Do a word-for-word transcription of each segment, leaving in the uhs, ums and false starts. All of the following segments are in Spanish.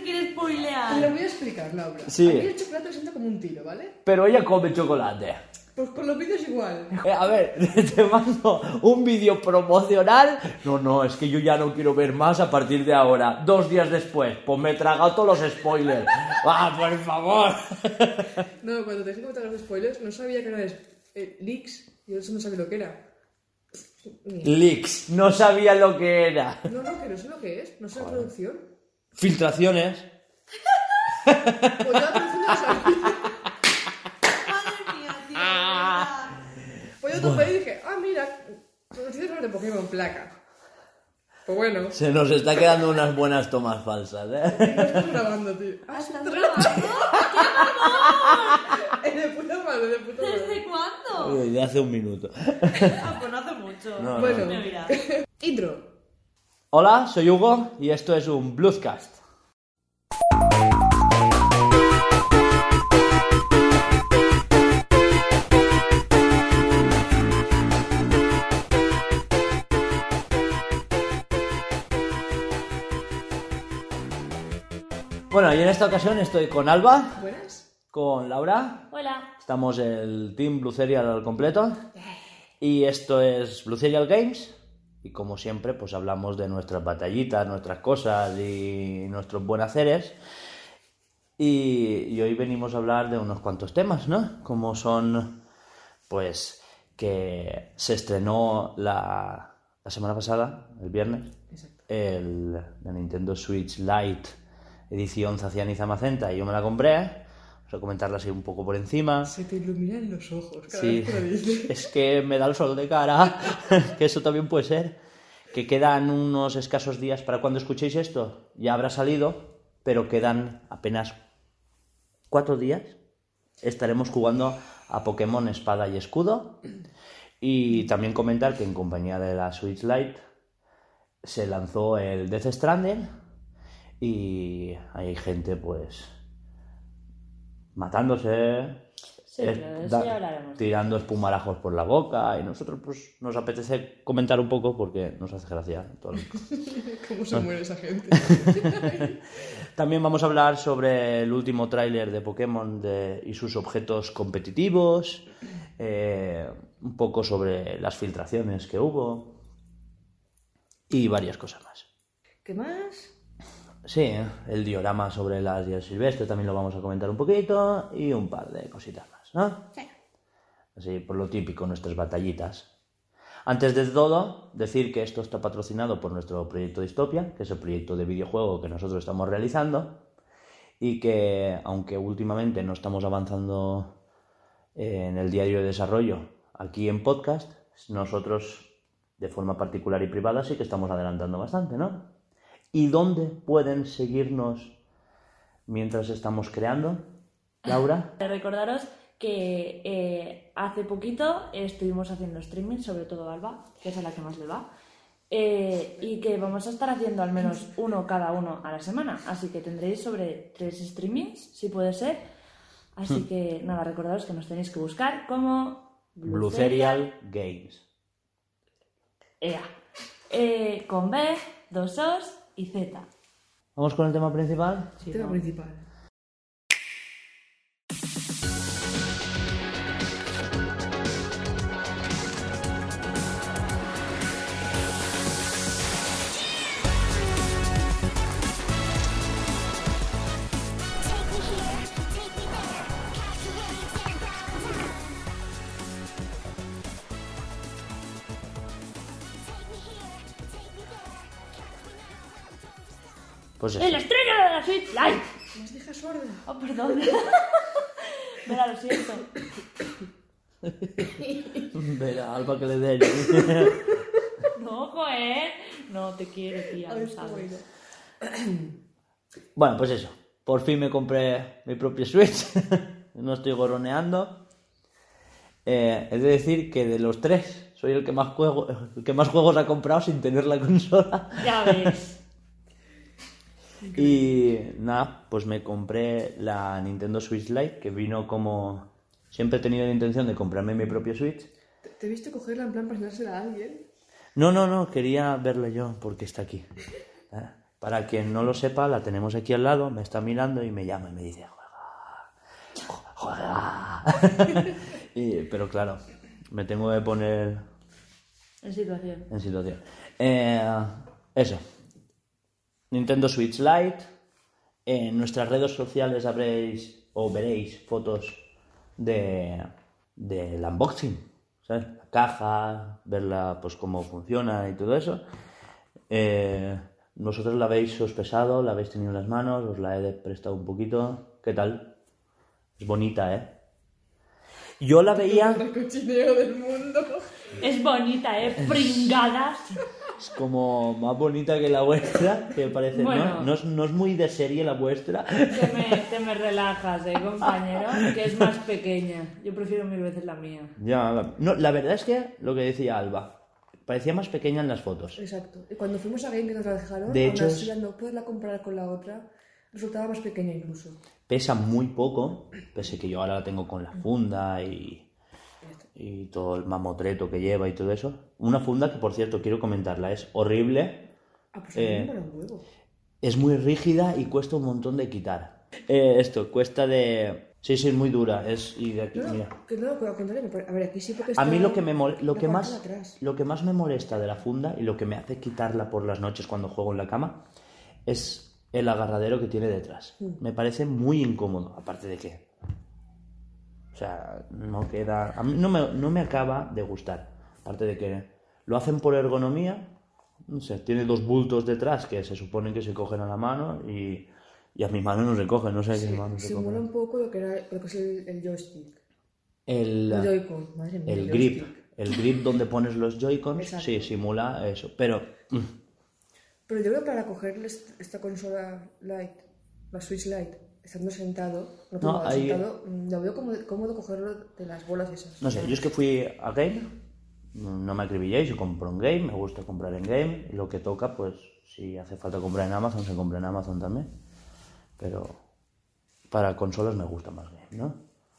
se quiere spoilear. Te lo voy a explicar, Laura. Sí. A mí el chocolate me sienta como un tiro, ¿vale? Pero ella come chocolate. Pues con los vídeos igual. Eh, a ver, te mando un vídeo promocional. No, no, es que yo ya no quiero ver más a partir de ahora. Dos días después, pues me he tragado todos los spoilers. ¡Ah, por favor! No, cuando te dije que me tragas spoilers, no sabía que era eh, leaks. Yo eso no sabía lo que era. Leaks, no sabía lo que era. No, no, que no sé lo que es. No sé la traducción. Filtraciones. Pues yo la traducción no la sabía. Madre mía, tío. de verdad. Pues yo topé y dije, ah, mira, noticias sobre Pokémon placa. Pues bueno. Se nos está quedando unas buenas tomas falsas, ¿eh? No estás grabando, tío. Ah, ¿Estás sí, grabando? En el puto madre, en el puto madre. ¿Desde cuándo? Uy, de hace un minuto. Ah, pues no hace mucho. No, no. Bueno. Me mira. Intro. Hola, soy Hugo y esto es un Bluescast. Bueno, y en esta ocasión estoy con Alba, Buenas. con Laura. Hola. Estamos el Team Blue Serial al completo. Y esto es Blue Serial Games. Y como siempre, pues hablamos de nuestras batallitas, nuestras cosas y nuestros buenhaceres. Y, y hoy venimos a hablar de unos cuantos temas, ¿no? Como son, pues, que se estrenó la, la semana pasada, el viernes, Exacto. el, la Nintendo Switch Lite edición Zacian y Zamacenta, y yo me la compré. Vamos a comentarla así un poco por encima. Se te iluminan los ojos cada Sí, vez que lo dices. es que me da el sol de cara, que eso también puede ser. Que quedan unos escasos días para cuando escuchéis esto. Ya habrá salido, pero quedan apenas cuatro días. Estaremos jugando a Pokémon Espada y Escudo. Y también comentar que en compañía de la Switch Lite se lanzó el Death Stranding. Y hay gente, pues, matándose, Sí, es- pero de eso da- ya hablaremos. tirando espumarajos por la boca, y nosotros, pues, nos apetece comentar un poco porque nos hace gracia todo el- ¿Cómo se muere esa gente? También vamos a hablar sobre el último tráiler de Pokémon de- y sus objetos competitivos, eh, un poco sobre las filtraciones que hubo y varias cosas más. ¿Qué más? Sí, el diorama sobre las días silvestres también lo vamos a comentar un poquito y un par de cositas más, ¿no? Sí. Así, por lo típico, nuestras batallitas. Antes de todo, decir que esto está patrocinado por nuestro proyecto Distopia, que es el proyecto de videojuego que nosotros estamos realizando, y que, aunque últimamente no estamos avanzando en el diario de desarrollo aquí en podcast, nosotros, de forma particular y privada, sí que estamos adelantando bastante, ¿no? ¿Y dónde pueden seguirnos mientras estamos creando, Laura? Recordaros que eh, hace poquito estuvimos haciendo streaming, sobre todo Alba, que es a la que más le va, eh, y que vamos a estar haciendo al menos uno cada uno a la semana, así que tendréis sobre tres streamings, si puede ser. Así que nada, recordaros que nos tenéis que buscar como Blue Serial Games. Ea. Eh, con B, dos O's y Z. ¿Vamos con el tema principal? Sí, Tema ¿no? principal. Pues ¡El eso. estreno de la Switch Lite! ¿Me has dejado sorda? Oh, perdón. Verá, lo siento. Verá, Alba que le dé. No, joder. No, te quiero, tía, Ay, lo qué sabes. bueno. Bueno, pues eso. Por fin me compré mi propio Switch. No estoy goroneando. Eh, he de decir que de los tres soy el que más juego, el que más juegos ha comprado sin tener la consola. Ya ves. Y nada, pues me compré la Nintendo Switch Lite, que vino como... Siempre he tenido la intención de comprarme mi propio Switch. ¿Te, te he visto cogerla en plan para enseñársela a alguien? No, no, no, quería verla yo porque está aquí. ¿Eh? Para quien no lo sepa, la tenemos aquí al lado, me está mirando y me llama y me dice, juega, juega. y, pero claro, me tengo que poner En situación. en situación. Eh, eso. Nintendo Switch Lite. En nuestras redes sociales habréis o veréis fotos de del unboxing, ¿sabes? La caja, verla pues cómo funciona y todo eso. Eh, vosotros la habéis sospesado, la habéis tenido en las manos, os la he prestado un poquito. ¿Qué tal? Es bonita, ¿eh? Yo la veía... El cochineo del mundo. Es bonita, ¿eh? Pringadas. Es como más bonita que la vuestra, que parece, Bueno. ¿no? No es, no es muy de serie la vuestra. Te me, te me relajas, ¿eh, compañero? Que es más pequeña. Yo prefiero mil veces la mía. Ya, la, no, la verdad es que lo que decía Alba, parecía más pequeña en las fotos. Exacto. Y cuando fuimos a Game que nos la dejaron, De aún hecho, así, es- al no poderla comparar con la otra, resultaba más pequeña incluso. Pesa muy poco, pese que yo ahora la tengo con la funda y, y todo el mamotreto que lleva y todo eso. Una funda que, por cierto, quiero comentarla, es horrible, Ah, pues Eh, a mí me mola un huevo. es muy rígida y cuesta un montón de quitar. Eh, esto, cuesta de... Sí, sí, es muy dura. Es... Y de aquí, No, no, mira. que no, al contrario. me pare- A ver, aquí sí porque A mí está lo que me mol- lo la que parte más de atrás. lo que más me molesta de la funda y lo que me hace quitarla por las noches cuando juego en la cama es el agarradero que tiene detrás. Mm. Me parece muy incómodo, aparte de que o sea, no queda a mí no me, no me acaba de gustar. Aparte de que lo hacen por ergonomía, no sé, tiene dos bultos detrás que se supone que se cogen a la mano y, y a mi mano no se cogen, no sé Sí, qué mano se simula cogen. un poco lo que, era, lo que es el, el joystick. El, El Joy-Con, madre mía. el grip, joystick. el grip donde pones los Joy-Cons, Exacto. sí, simula eso, pero mm, Pero yo creo que para coger est- esta consola Lite, la Switch Lite, estando sentado, no, No, tumbado, ahí- sentado, mm, lo veo como cómodo cogerlo de las bolas esas. no sé, yo es que fui a Game, no me acribilléis, yo compro en Game, me gusta comprar en Game, y lo que toca, pues si hace falta comprar en Amazon, se compra en Amazon también, pero para consolas me gusta más Game, ¿no?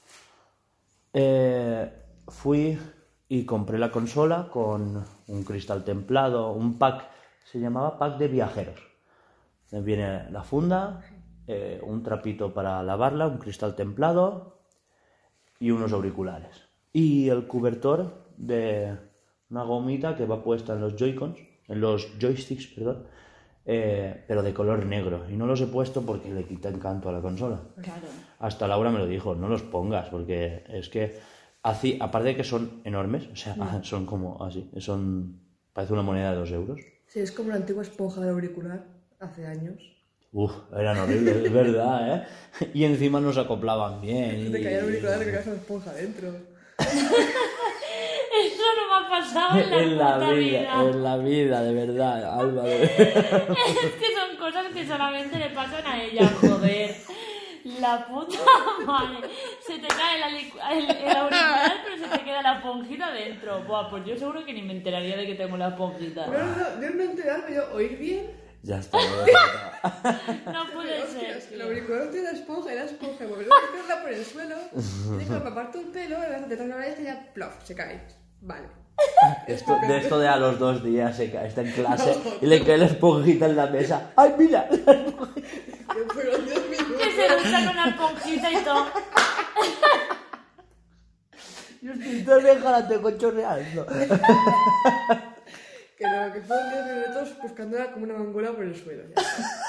Eh, fui y compré la consola con un cristal templado, un pack, se llamaba pack de viajeros. Me viene la funda, eh, un trapito para lavarla, un cristal templado y unos auriculares. Y el cobertor de una gomita que va puesta en los Joy-Cons, en los joysticks, perdón, eh, pero de color negro. Y no los he puesto porque le quita encanto a la consola. Claro. Hasta Laura me lo dijo, no los pongas, porque es que, así, aparte de que son enormes, o sea, son como así, son, parece una moneda de dos euros. Sí, es como la antigua esponja del auricular, hace años. Uf, eran horribles, es verdad, ¿eh? Y encima nos acoplaban bien. Te y- caía el auricular y te caía la esponja dentro. Eso no me ha pasado en la, En la puta vida, vida. en la vida, de verdad, Alba. de- Es que son cosas que solamente le pasan a ella, joder. La puta madre. Se te cae el, alicu- el, el auricular, pero se te queda la esponjita dentro. Buah, pues yo seguro que ni me enteraría de que tengo la esponjita. No, no, no, yo no enterarme, yo oír bien. Ya está. ya está. No puede Hostias, ser. el tío. auricular tiene la esponja y la esponja, porque no meterla por el suelo, deja me aparto el pelo, le vas a tener una oreja y ya, plof, se cae. Vale. Esto, de esto de a los dos días se cae, está en clase y le cae la esponjita en la mesa. ¡Ay, mira! Que fueron diez minutos. Que se ducha con la esponjita y todo. Yo estoy toda vieja la tengo chorreando. Que no, que fueron diez minutos buscándola como una mangola por el suelo. Ya.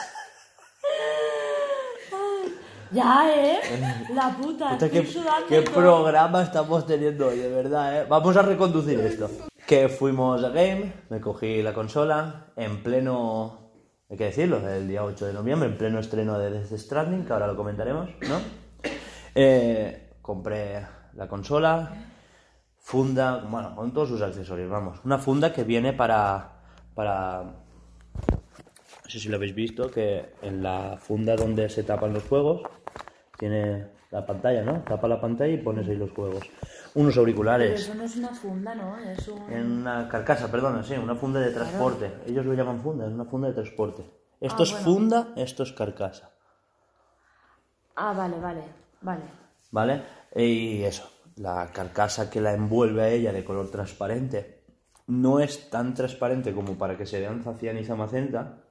Ya, ¿eh? La puta, Puta, estoy ¿Qué, sudando. qué y todo. programa estamos teniendo hoy, de verdad, ¿eh? Vamos a reconducir esto. Que fuimos a Game, me cogí la consola en pleno, hay que decirlo, el día ocho de noviembre, en pleno estreno de Death Stranding, que ahora lo comentaremos, ¿no? Eh, compré la consola, funda, bueno, con todos sus accesorios, vamos. Una funda que viene para, para, no sé si lo habéis visto, que en la funda donde se tapan los juegos tiene la pantalla, ¿no? Tapa la pantalla y pones ahí los juegos. Unos Pero auriculares. eso no es una funda, ¿no? Es un... En una carcasa, perdona, sí, una funda de transporte. Ellos lo llaman funda, es una funda de transporte. Esto Ah, es bueno. funda, esto es carcasa. Ah, vale, vale, vale. ¿Vale? Y eso, la carcasa que la envuelve a ella de color transparente no es tan transparente como para que se vean Zacian y Zamacenta,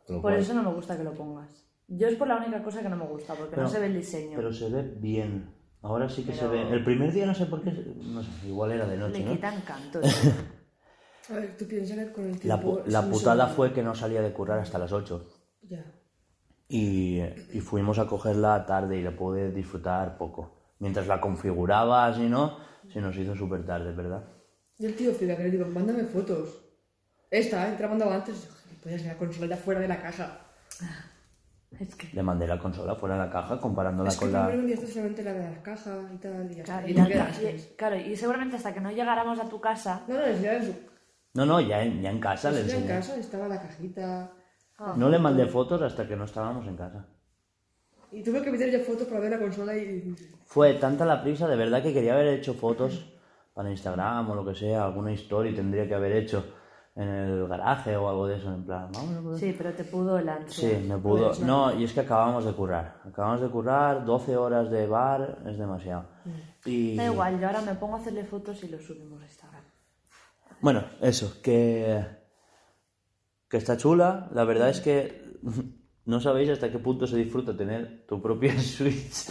Con lo Por cual- eso no me gusta que lo pongas. Yo es por la única cosa que no me gusta, porque Pero- no se ve el diseño. Pero se ve bien. Ahora sí que Pero- se ve. El primer día no sé por qué, no sé, igual era de noche, Le ¿no? quitan canto. tío. A ver, tú piensas que con el La, tiempo... pu- la eso no se putada ve. fue que no salía de currar hasta las ocho. Ya. Y, y fuimos a cogerla tarde y la pude disfrutar poco. Mientras la configurabas y no, se nos hizo súper tarde, ¿verdad? Y el tío Fila, que le digo, mándame fotos. Esta, ¿eh? Te la mandaba antes. Podías ver la consola ya fuera de la caja. Es que... Le mandé la consola fuera de la caja comparándola Es que con la... primero enviaste solamente la de las cajas y tal, y ya Claro, está. y, Y la- te quedaste. y- claro, y seguramente hasta que no llegáramos a tu casa... No, no, ya en su... No, no, ya en, ya en casa le Estaba en enseñé. casa, estaba la cajita. Ah. No le mandé fotos hasta que no estábamos en casa. Y tuve que meter yo fotos para ver la consola y... Fue tanta la prisa, de verdad que quería haber hecho fotos para Instagram o lo que sea, alguna historia tendría que haber hecho en el garaje o algo de eso, en plan, vamos, pues. Sí, pero te pudo el ansia. Sí, me pudo. No, y es que acabamos de currar. Acabamos de currar, doce horas de bar es demasiado. Y... Da igual, yo ahora me pongo a hacerle fotos y lo subimos a Instagram. Bueno, eso, que, que está chula. La verdad es que no sabéis hasta qué punto se disfruta tener tu propia Switch.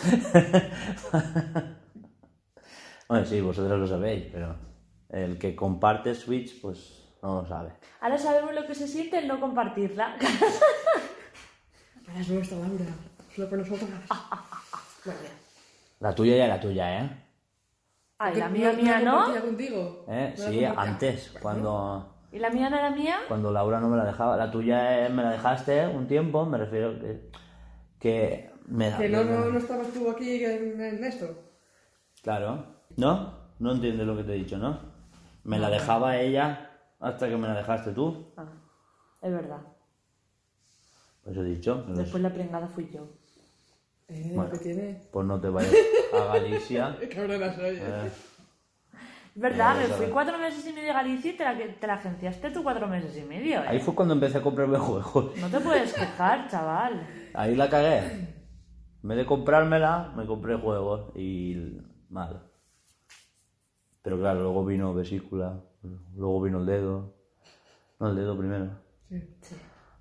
Bueno, sí, vosotros lo sabéis, pero el que comparte Switch, pues no lo sabe. Ahora sabemos lo que se siente el no compartirla. Para eso no está Laura. Solo para nosotros. Bueno, ya. La tuya ya era tuya, ¿eh? Ay, la ¿No- mía, no mía, la ¿no? compartía contigo? ¿Eh? ¿No la Sí, compartía? antes, Bueno. cuando, ¿Y la mía no era mía? cuando Laura no me la dejaba. La tuya eh, me la dejaste un tiempo, me refiero que, que me Que no, no, no estabas tú aquí en, en esto. Claro. ¿No? No entiendes lo que te he dicho, ¿no? Me la dejaba ella hasta que me la dejaste tú. Ah, es verdad. Pues he dicho. que los- Después la pringada fui yo. Eh, Bueno. lo que tiene. Pues no te vayas a Galicia. Qué cabrona soy. Eh, Es verdad, Eh, me eso fui es. cuatro meses y medio a Galicia y te la, te la agenciaste tú cuatro meses y medio, ¿eh? Ahí fue cuando empecé a comprarme juegos. No te puedes quejar, chaval. Ahí la cagué. En vez de comprármela, me compré juegos y mal. Pero claro, luego vino vesícula, luego vino el dedo. No, el dedo primero. Sí. Sí.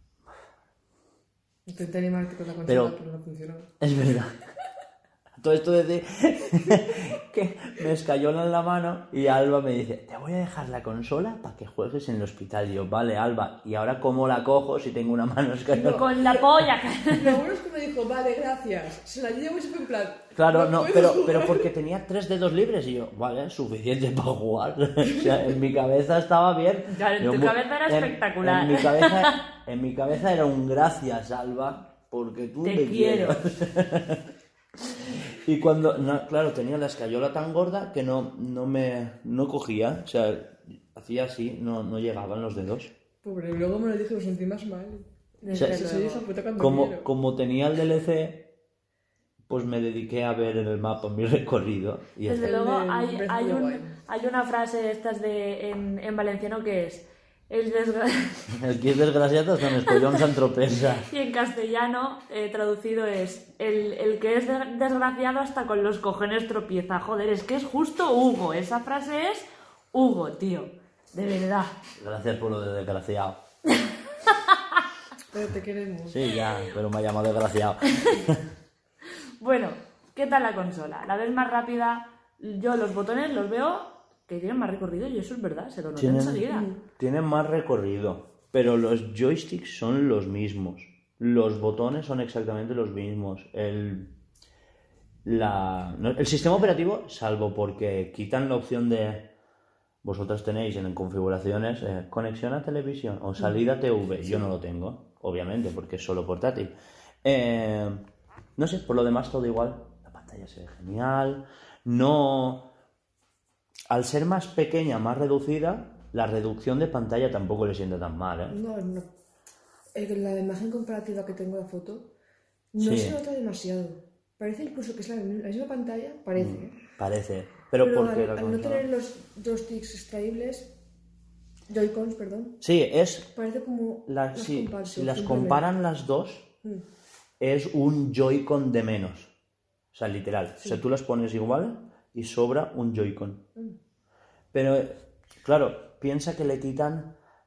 Intenté animarte con la consola, Pero- pero, no funcionó. Es verdad. Todo esto de decir que me escayola en la mano y Alba me dice, te voy a dejar la consola para que juegues en el hospital. Y yo, vale, Alba, ¿y ahora cómo la cojo si tengo una mano escayola? Con la polla. Lo bueno es que me dijo, vale, gracias. Se la llevo y se fue en plan. Claro, no, puedo pero, jugar. pero porque tenía tres dedos libres y yo, vale, suficiente para jugar. O sea, en mi cabeza estaba bien. Claro, en Yo tu mu- cabeza era en- espectacular. En mi cabeza, en mi cabeza era un gracias, Alba, porque tú Te me quiero. quieres. Y cuando, no, claro, tenía la escayola tan gorda que no, no me no cogía, o sea, hacía así, no, no llegaban los dedos. Pobre, luego me lo dije, lo sentí más mal. Desde Sí, Sí, luego. esa puta cuando Como, quiero. como tenía el D L C, pues me dediqué a ver en el mapa mi recorrido. Y ya Desde está. luego El de hay, Breath of hay, the un- Wild. hay una frase de estas de, en, en valenciano que es el desgra... El que es desgraciado hasta en collons s'entropessa. y en castellano eh, traducido es el, el que es de- desgraciado hasta con los cojones tropieza. Joder, es que es justo Hugo. Esa frase es Hugo, tío. De verdad. Gracias por lo de desgraciado. Pero te queremos. Sí, ya, pero me ha llamado desgraciado. Bueno, ¿qué tal la consola? La ves más rápida. Yo los botones los veo que tienen más recorrido y eso es verdad, se lo noté enseguida. Tienen más recorrido, pero los joysticks son los mismos. Los botones son exactamente los mismos. El, la, no, el sistema operativo, salvo porque quitan la opción de... Vosotras tenéis en configuraciones eh, conexión a televisión o salida T V. Yo no lo tengo, obviamente, porque es solo portátil. Eh, no sé, por lo demás todo igual. La pantalla se ve genial. No... Al ser más pequeña, más reducida, la reducción de pantalla tampoco le sienta tan mal, ¿eh? No, no. Eh, la imagen comparativa que tengo de foto no Sí. se nota demasiado. Parece incluso que es la, la misma pantalla, parece. ¿eh? Parece. Pero, Pero porque al, la al no consola- tener los joysticks extraíbles, Joy-Cons, perdón, Sí, es... parece como La, más sí, compacto, si las simplemente. comparan las dos, Mm. es un Joy-Con de menos. O sea, literal. O sea, tú las pones igual y sobra un Joy-Con. Mm. Pero, claro, piensa que le quitan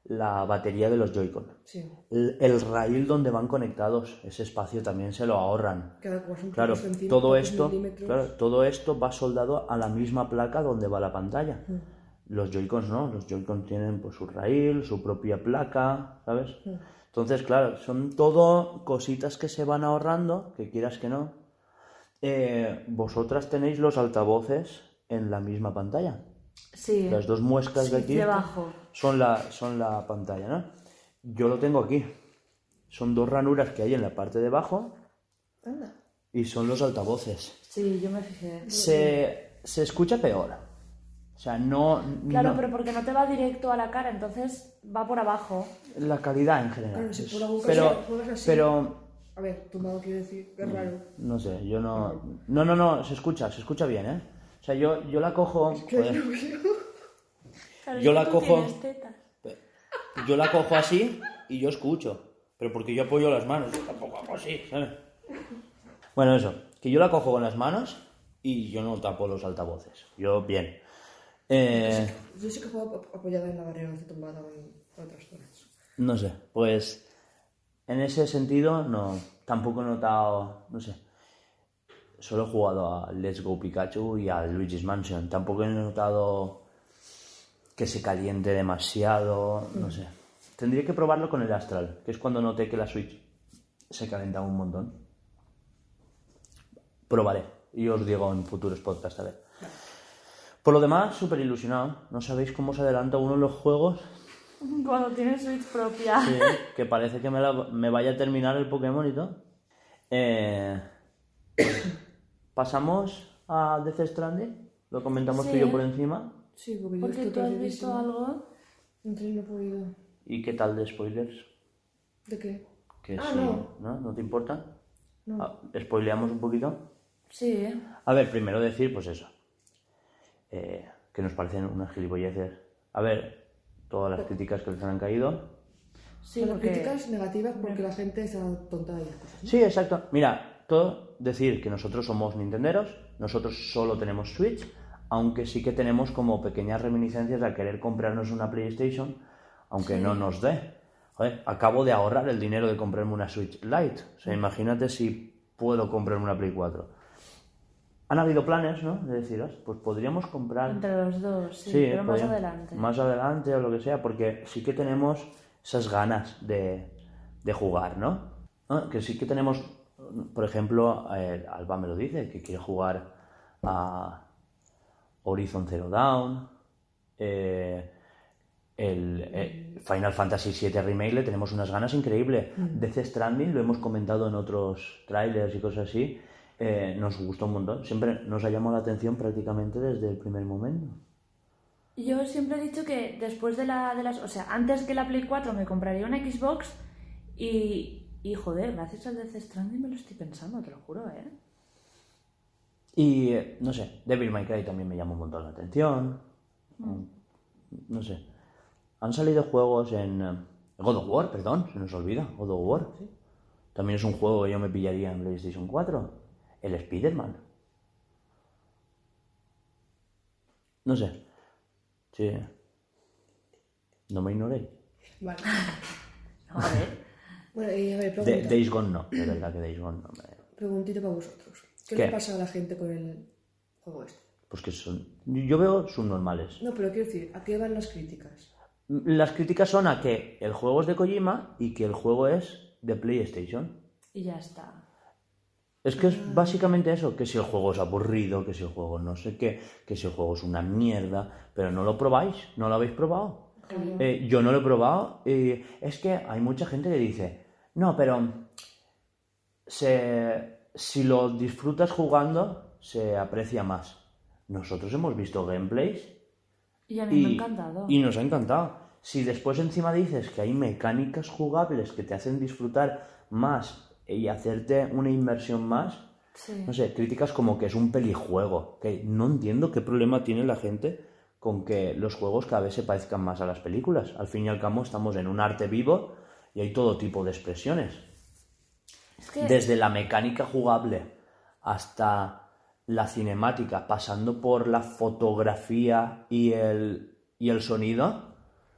la batería de los Joy-Con. Sí. El, el rail donde van conectados, ese espacio también se lo ahorran. Cada cosa un Claro, poco centímetros, todo pocos esto, milímetros. claro, todo esto va soldado a la misma placa donde va la pantalla. Mm. Los Joy-Cons no, los Joy-Cons tienen pues su rail, su propia placa, ¿sabes? Mm. Entonces, claro, son todo cositas que se van ahorrando, que quieras que no. Eh, vosotras tenéis los altavoces en la misma pantalla. Sí, Las dos muescas de aquí debajo. son la, son la pantalla, ¿no? Yo lo tengo aquí. Son dos ranuras que hay en la parte de abajo Anda. y son los altavoces. Sí, yo me fijé. Se, se escucha peor. O sea, no... Claro, no- pero porque no te va directo a la cara, entonces va por abajo. La calidad en general. Claro, si es- por la boca pero, se- juegas así. pero, A ver, tumbado quiero decir, es raro. no sé, yo no... No, no, no, se escucha, se escucha bien, ¿eh? O sea, yo, yo la cojo... joder, Claro, Yo es la que tú cojo- tienes tetas. yo la cojo así y yo escucho. Pero porque yo apoyo las manos, yo tampoco hago así, ¿sabes? Bueno, eso, que yo la cojo con las manos y yo no tapo los altavoces. Yo, bien. Eh, Yo sé que juego ap- apoyada en la barrera, no estoy tumbada en otras zonas. no sé, pues... En ese sentido, no... Tampoco he notado... No sé. Solo he jugado a Let's Go Pikachu y a Luigi's Mansion. Tampoco he notado que se caliente demasiado, no sé. Tendría que probarlo con el Astral, que es cuando noté que la Switch se calentaba un montón. Probaré y os digo en futuros podcasts, a ver. Por lo demás, súper ilusionado. No sabéis cómo se adelanta uno en los juegos. Cuando tienes Switch propia. Sí, que parece que me, la- me vaya a terminar el Pokémon y todo. Eh, Pasamos a Death Stranding. Lo comentamos tú y yo Sí. por encima. Sí, porque yo Porque estoy tú has visto perdidísima. algo. Entonces no he podido. ¿Y qué tal de spoilers? ¿De qué? Que Ah, sí, no. ¿no? ¿No te importa? No. Ah, ¿spoileamos un poquito? Sí. A ver, primero decir, pues eso. eh, que nos parecen unas gilipolleces. A ver, todas las críticas que les han caído. Sí, Son porque... críticas negativas porque la gente está tonta y las cosas. ¿no? Sí, exacto. Mira, todo decir que nosotros somos nintenderos, nosotros solo tenemos Switch, aunque sí que tenemos como pequeñas reminiscencias a querer comprarnos una PlayStation, aunque no nos dé. Joder, acabo de ahorrar el dinero de comprarme una Switch Lite. O sea, imagínate si puedo comprarme una Play cuatro. Han habido planes, ¿no? De decir, "Os, pues podríamos comprar... Entre los dos, sí, Sí, pero más podríamos- adelante. Más adelante o lo que sea, porque sí que tenemos esas ganas de, de jugar, ¿no? ¿No? Que sí que tenemos, por ejemplo, eh, Alba me lo dice, que quiere jugar a Horizon Zero Dawn, eh, el, eh, Final Fantasy siete Remake, le tenemos unas ganas increíbles. Death Stranding, lo hemos comentado en otros trailers y cosas así, eh, nos gustó un montón. Siempre nos ha llamado la atención prácticamente desde el primer momento. Yo siempre he dicho que después de, la, de las... O sea, antes que la Play cuatro me compraría una Xbox y... Y joder, gracias al Death Stranding me lo estoy pensando, te lo juro, ¿eh? Y, eh, no sé, Devil May Cry también me llama un montón la atención. No sé. Han salido juegos en... eh, God of War, perdón, se nos olvida. God of War. También es un juego que yo me pillaría en PlayStation cuatro. El Spider-Man. No sé. Sí. No me ignoréis. Vale. No, a ver. Bueno, y a ver, De- pregunta. Days Gone no, de verdad que Days Gone no. me- Preguntita para vosotros. ¿Qué, ¿Qué? le pasa a la gente con el juego este? Pues que son... Yo veo subnormales. No, pero quiero decir, ¿a qué van las críticas? Las críticas son a que el juego es de Kojima y que el juego es de PlayStation. Y ya está. Es que es básicamente eso, que si el juego es aburrido, que si el juego no sé qué, que si el juego es una mierda, pero no lo probáis, no lo habéis probado. Eh, yo no lo he probado y es que hay mucha gente que dice, no, pero se, si lo disfrutas jugando, se aprecia más. Nosotros hemos visto gameplays Y a mí me ha y, encantado. y nos ha encantado. Si después encima dices que hay mecánicas jugables que te hacen disfrutar más y hacerte una inversión más, Sí. no sé, críticas como que es un pelijuego, que no entiendo qué problema tiene la gente con que los juegos cada vez se parezcan más a las películas. Al fin y al cabo estamos en un arte vivo y hay todo tipo de expresiones. Es que... Desde la mecánica jugable hasta la cinemática, pasando por la fotografía y el, y el sonido,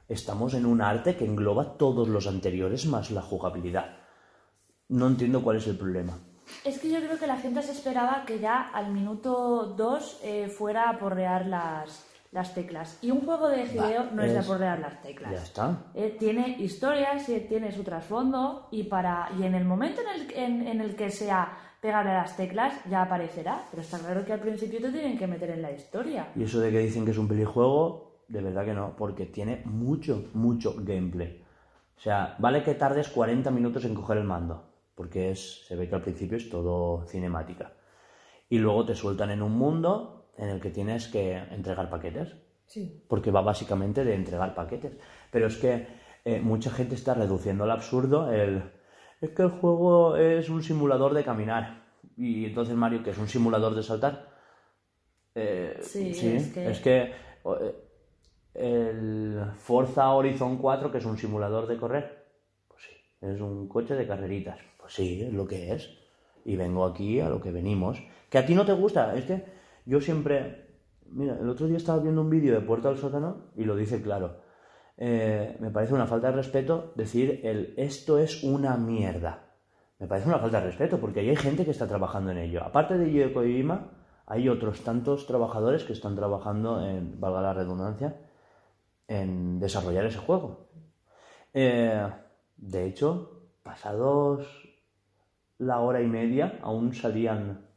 estamos en un arte que engloba todos los anteriores más la jugabilidad. No entiendo cuál es el problema. Es que yo creo que la gente se esperaba que ya al minuto dos eh, fuera a porrear las, las teclas. Y un juego de Hideo Va, no es de es- porrear las teclas. Ya está. Eh, tiene historias, y tiene su trasfondo y para y en el momento en el, en, en el que sea pegarle a las teclas ya aparecerá. Pero está claro que al principio te tienen que meter en la historia. Y eso de que dicen que es un pelijuego, de verdad que no, porque tiene mucho, mucho gameplay. O sea, vale que tardes cuarenta minutos en coger el mando, porque es, se ve que al principio es todo cinemática. Y luego te sueltan en un mundo en el que tienes que entregar paquetes, Sí. porque va básicamente de entregar paquetes. Pero es que eh, mucha gente está reduciendo al absurdo el... Es que el juego es un simulador de caminar. Y entonces Mario, que es un simulador de saltar. Eh, Sí, es que- es que o- eh, el Forza Horizon cuatro, que es un simulador de correr, pues sí, es un coche de carreritas. Pues sí, es lo que es. Y vengo aquí a lo que venimos. Que a ti no te gusta, es que yo siempre... Mira, el otro día estaba viendo un vídeo de Puerta al Sótano y lo dice claro. Eh, me parece una falta de respeto decir el esto es una mierda. Me parece una falta de respeto porque ahí hay gente que está trabajando en ello. Aparte de Hideo Kojima, hay otros tantos trabajadores que están trabajando en, valga la redundancia, en desarrollar ese juego. Eh, de hecho, pasados la hora y media, aún salían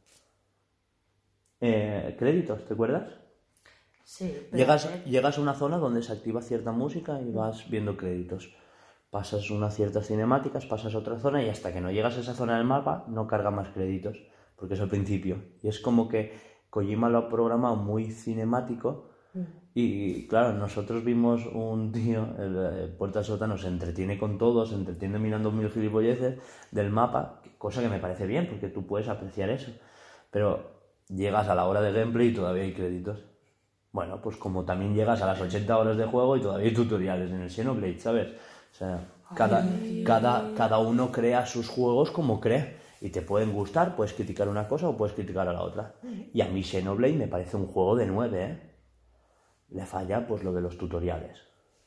eh, créditos, ¿te acuerdas? Sí, pero Llegas, a ver, llegas a una zona donde se activa cierta música y vas viendo créditos. Pasas unas ciertas cinemáticas, pasas a otra zona y hasta que no llegas a esa zona del mapa no carga más créditos, porque es al principio. Y es como que Kojima lo ha programado muy cinemático y claro, nosotros vimos un tío, el, el Puerta Sótano se entretiene con todo, se entretiene mirando mil gilipolleces del mapa, cosa que me parece bien porque tú puedes apreciar eso. Pero llegas a la hora de gameplay y todavía hay créditos. Bueno, pues como también llegas a las ochenta horas de juego y todavía hay tutoriales en el Xenoblade, ¿sabes? O sea, cada, cada, cada uno crea sus juegos como cree. Y te pueden gustar, puedes criticar una cosa o puedes criticar a la otra. Y a mí Xenoblade me parece un juego de nueve, ¿eh? Le falla pues lo de los tutoriales.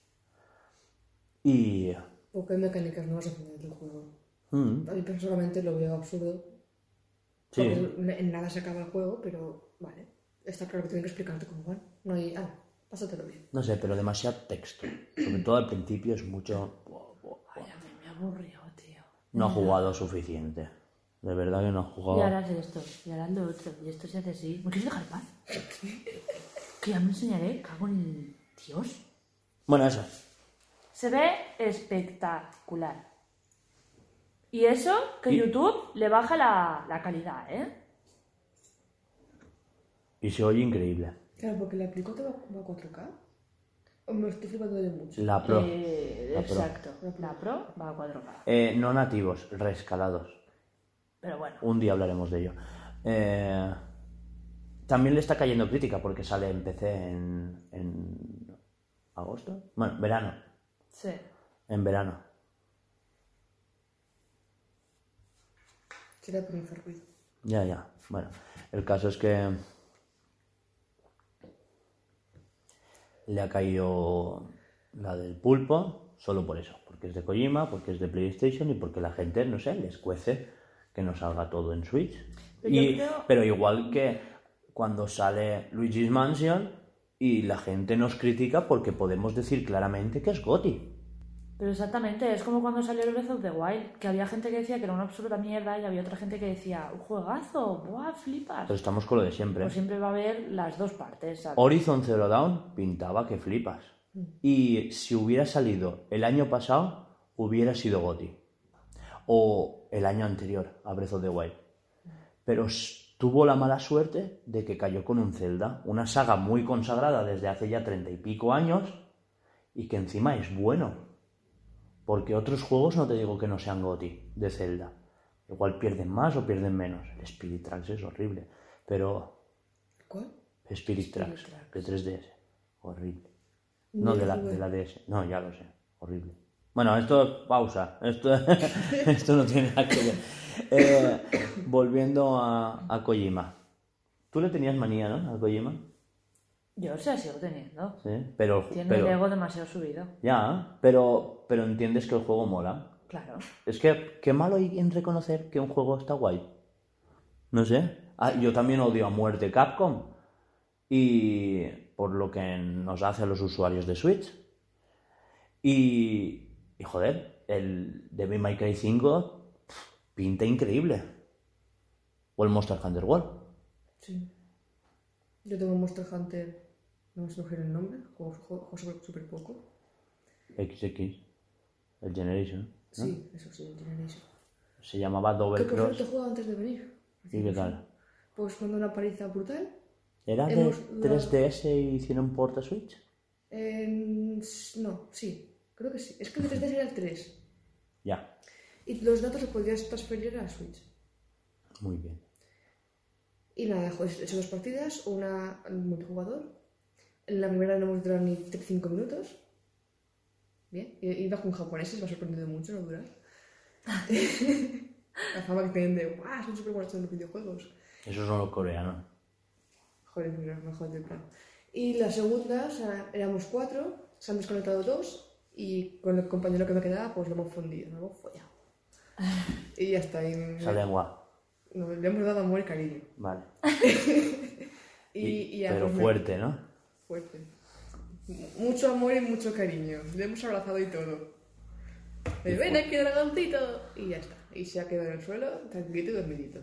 Y... Porque hay mecánicas nuevas al final del juego. mm, A mí personalmente lo veo absurdo. sí, Porque en nada se acaba el juego, pero vale. Está claro que tienen que explicarte cómo van. No hay. Ah, pásatelo bien. no sé, pero demasiado texto. Sobre todo al principio es mucho... ay, a mí me aburrió, tío. No ha jugado suficiente. De verdad que no ha jugado... Y ahora hace esto, y ahora lo otro, y esto se hace así. ¿Me quieres dejar en paz? Que ya me enseñaré, cago en el... Dios. Bueno, eso. Se ve espectacular. Y eso, que Y- YouTube le baja la, la calidad, ¿eh? Y se oye increíble. Claro, porque la aplicó va va a cuatro K. O me estoy flipando de mucho. La Pro. Eh, La Pro. exacto. La Pro va a cuatro K. Eh, no nativos, reescalados. Pero bueno. Un día hablaremos de ello. Eh, también le está cayendo crítica porque sale en P C en, en agosto. Bueno, verano. Sí. En verano. Será por no hacer ruido. Ya, ya. Bueno, el caso es que le ha caído la del pulpo solo por eso. Porque es de Kojima, porque es de PlayStation y porque la gente, no sé, les cuece que no salga todo en Switch. Pero yo Y- creo- pero igual que cuando sale Luigi's Mansion y la gente nos critica porque podemos decir claramente que es GOTY. Pero exactamente, es como cuando salió el Breath of the Wild, que había gente que decía que era una absoluta mierda y había otra gente que decía, un juegazo, ¡buah, flipas! Pero estamos con lo de siempre. Pues siempre va a haber las dos partes, ¿sabes? Horizon Zero Dawn pintaba que flipas. Y si hubiera salido el año pasado, hubiera sido GOTY. O el año anterior a Breath of the Wild. Pero s- tuvo la mala suerte de que cayó con un Zelda, una saga muy consagrada desde hace ya treinta y pico años y que encima es bueno. Porque otros juegos no te digo que no sean GOTY de Zelda. Igual pierden más o pierden menos. El Spirit Tracks es horrible. Pero ¿Cuál? Spirit Tracks Tracks. de tres D S. Horrible. No, de la, de la D S. No, ya lo sé. Horrible. Bueno, esto pausa. Esto, esto no tiene nada que ver. Eh, volviendo a, a Kojima. Tú le tenías manía, ¿no? A Kojima. Yo se la sigo teniendo. ¿sí? Pero, Tiene pero, el ego demasiado subido. ya, pero, pero entiendes que el juego mola. Claro. Es que, ¿qué malo hay en reconocer que un juego está guay? No sé. Ah, yo también odio a muerte Capcom. Y por lo que nos hace a los usuarios de Switch. Y, y joder, el Devil May Cry cinco pff, pinta increíble. O el Monster Hunter World. Sí. Yo tengo Monster Hunter, no me sé el nombre, juego, juego, juego súper, súper poco. equis equis, el Generation, ¿no? Sí, eso sí, el Generation. Se llamaba Double Que por Cross. cierto juego antes de venir. ¿Y qué tal? Pues cuando una paliza brutal. ¿Era de Hemos tres dado- D S y hicieron port a Switch? Eh, s- no, sí, creo que sí. Es que el tres D S era el tres. Ya, Y los datos los podías transferir a Switch. muy bien. Y nada, he hecho dos partidas, una multijugador. En la primera no hemos durado ni cinco minutos. Bien, I- iba con japoneses, me ha sorprendido mucho no durar. La fama que tienen de, ¡guau! Son súper buenos en los videojuegos. Esos son los coreanos. Joder, mira, mejor de plan. Y la segunda, o sea, éramos cuatro, se han desconectado dos y con el compañero que me quedaba, pues lo hemos fundido, lo hemos follado. Y ya está. Y Esa lengua. no, le hemos dado amor y cariño. Vale. Y, Y- y ya, pero pues, me- fuerte, ¿no? Fuerte. Mucho amor y mucho cariño. Le hemos abrazado y todo. Y ven aquí, dragoncito. Y ya está. Y se ha quedado en el suelo, tranquilito y dormidito.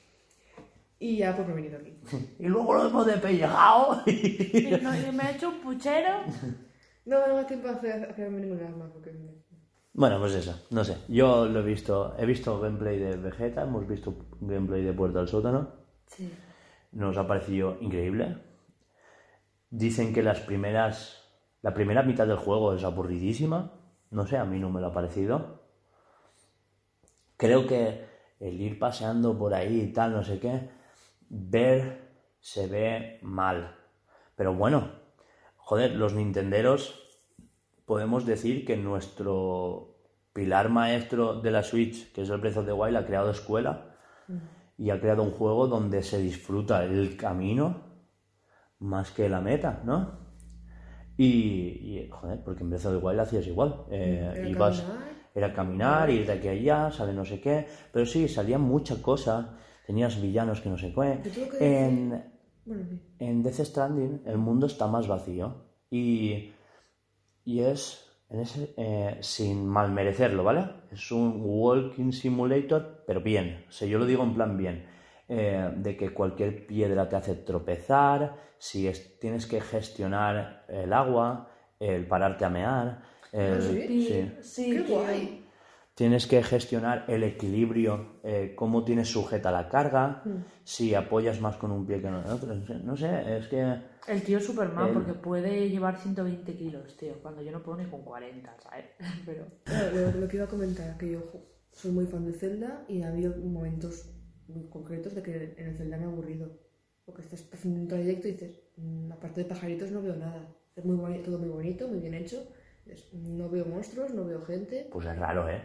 Y ya pues me he venido aquí. Y luego lo hemos despellejado. Y, no, y me he hecho un puchero. No, no me da tiempo a hacer, a hacerme ningún arma porque... Bueno, pues eso, no sé. Yo lo he visto, he visto gameplay de Vegeta, hemos visto gameplay de Puerta al Sótano. Sí. Nos ha parecido increíble. Dicen que las primeras, la primera mitad del juego es aburridísima. No sé, a mí no me lo ha parecido. Creo que el ir paseando por ahí y tal, no sé qué, ver se ve mal. Pero bueno, joder, los nintenderos podemos decir que nuestro pilar maestro de la Switch, que es el Breath of the Wild, ha creado escuela y ha creado un juego donde se disfruta el camino más que la meta, ¿no? Y, y joder, porque en Breath of the Wild hacías igual. Eh, Era ibas, caminar. era caminar, ir de aquí a allá, sale no sé qué. Pero sí, salían muchas cosas. Tenías villanos que no sé qué. Yo tengo que decir- En, Bueno, sí. en Death Stranding el mundo está más vacío. Y, y es, en ese, eh, sin mal merecerlo, ¿vale? Es un walking simulator, pero bien. O sea, yo lo digo en plan bien. Eh, de que cualquier piedra te hace tropezar, si es- tienes que gestionar el agua, el pararte a mear, el- ¿Ah, sí? Y- sí. sí, ¡Qué tío. guay! Tienes que gestionar el equilibrio, eh, cómo tienes sujeta la carga, si apoyas más con un pie que con el otro. No sé, no sé, es que... El tío es Superman El- porque puede llevar ciento veinte kilos, tío. Cuando yo no puedo ni con cuarenta, ¿sabes? Pero... Claro, lo, lo que iba a comentar, que yo jo, soy muy fan de Zelda y ha habido momentos muy concretos de que en el Zelda me he aburrido. Porque estás haciendo un trayecto y dices, "Mm, aparte de pajaritos no veo nada. Es muy bonito, todo muy bonito, muy bien hecho. Dices, no veo monstruos, no veo gente. Pues es raro, ¿eh?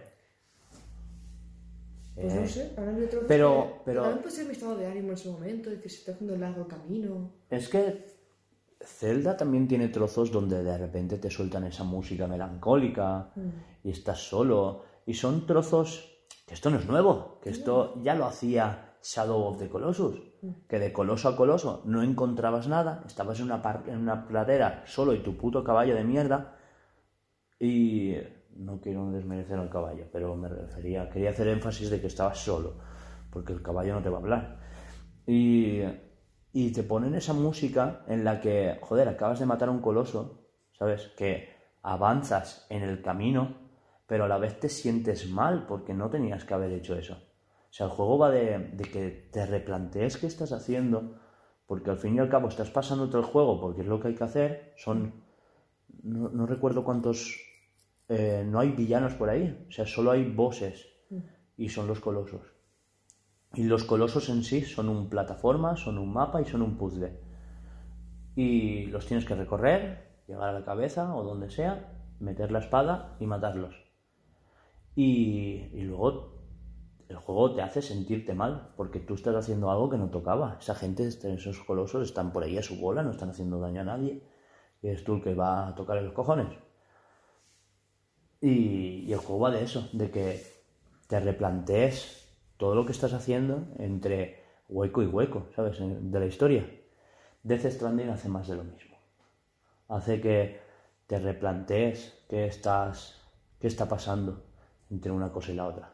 Pues Eh, no sé, ahora me trozos pero- que- pero- También puede ser mi estado de ánimo en ese momento, de que se está haciendo largo el camino. Es que Zelda también tiene trozos donde de repente te sueltan esa música melancólica y estás solo. Y son trozos que esto no es nuevo, que esto ya lo hacía Shadow of the Colossus, que de coloso a coloso no encontrabas nada, estabas en una, par- en una pradera solo y tu puto caballo de mierda. Y no quiero desmerecer al caballo, pero me refería, quería hacer énfasis de que estabas solo, porque el caballo no te va a hablar. Y, y te ponen esa música en la que, joder, acabas de matar a un coloso, ¿sabes? Que avanzas en el camino, pero a la vez te sientes mal porque no tenías que haber hecho eso. O sea, el juego va de, de que te replantees qué estás haciendo, porque al fin y al cabo estás pasándote el juego porque es lo que hay que hacer. Son, no, no recuerdo cuántos, eh, no hay villanos por ahí, o sea, solo hay bosses y son los colosos. Y los colosos en sí son un plataforma, son un mapa y son un puzzle. Y los tienes que recorrer, llegar a la cabeza o donde sea, meter la espada y matarlos. Y, y luego el juego te hace sentirte mal, porque tú estás haciendo algo que no tocaba. Esa gente, esos colosos, están por ahí a su bola, no están haciendo daño a nadie. Y eres tú el que va a tocar los cojones. Y, y el juego va de eso, de que te replantees todo lo que estás haciendo entre hueco y hueco, ¿sabes? De la historia. Death Stranding hace más de lo mismo. Hace que te replantees qué estás, qué está pasando entre una cosa y la otra.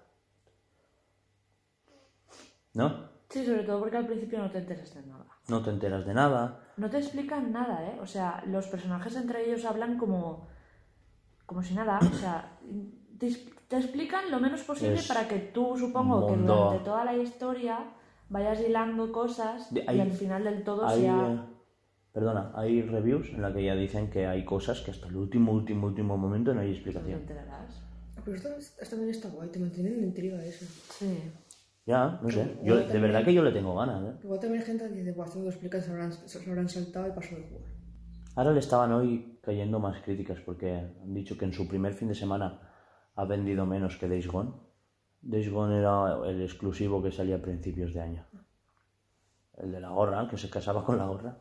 ¿No? Sí, sobre todo porque al principio no te enteras de nada. No te enteras de nada. No te explican nada, ¿eh? O sea, los personajes entre ellos hablan como... como si nada, o sea... Te, te explican lo menos posible Es para que tú, supongo, que mundo- durante toda la historia vayas hilando cosas De- y hay- al final del todo Hay, sea... eh, perdona, hay reviews en las que ya dicen que hay cosas que hasta el último, último, último momento no hay No te explicación. enterarás. Pero esto, esto también está guay, te mantienen en intriga eso. Sí. Ya, no sé. Pero Yo, igual de también- verdad que yo le tengo ganas, ¿eh? Igual también hay gente que dice, guau, esto me lo explican, se habrán, se habrán saltado y pasó de jugar. Ahora le estaban hoy cayendo más críticas porque han dicho que en su primer fin de semana ha vendido menos que Days Gone. Days Gone era el exclusivo que salía a principios de año. El de la gorra, que se casaba con la gorra.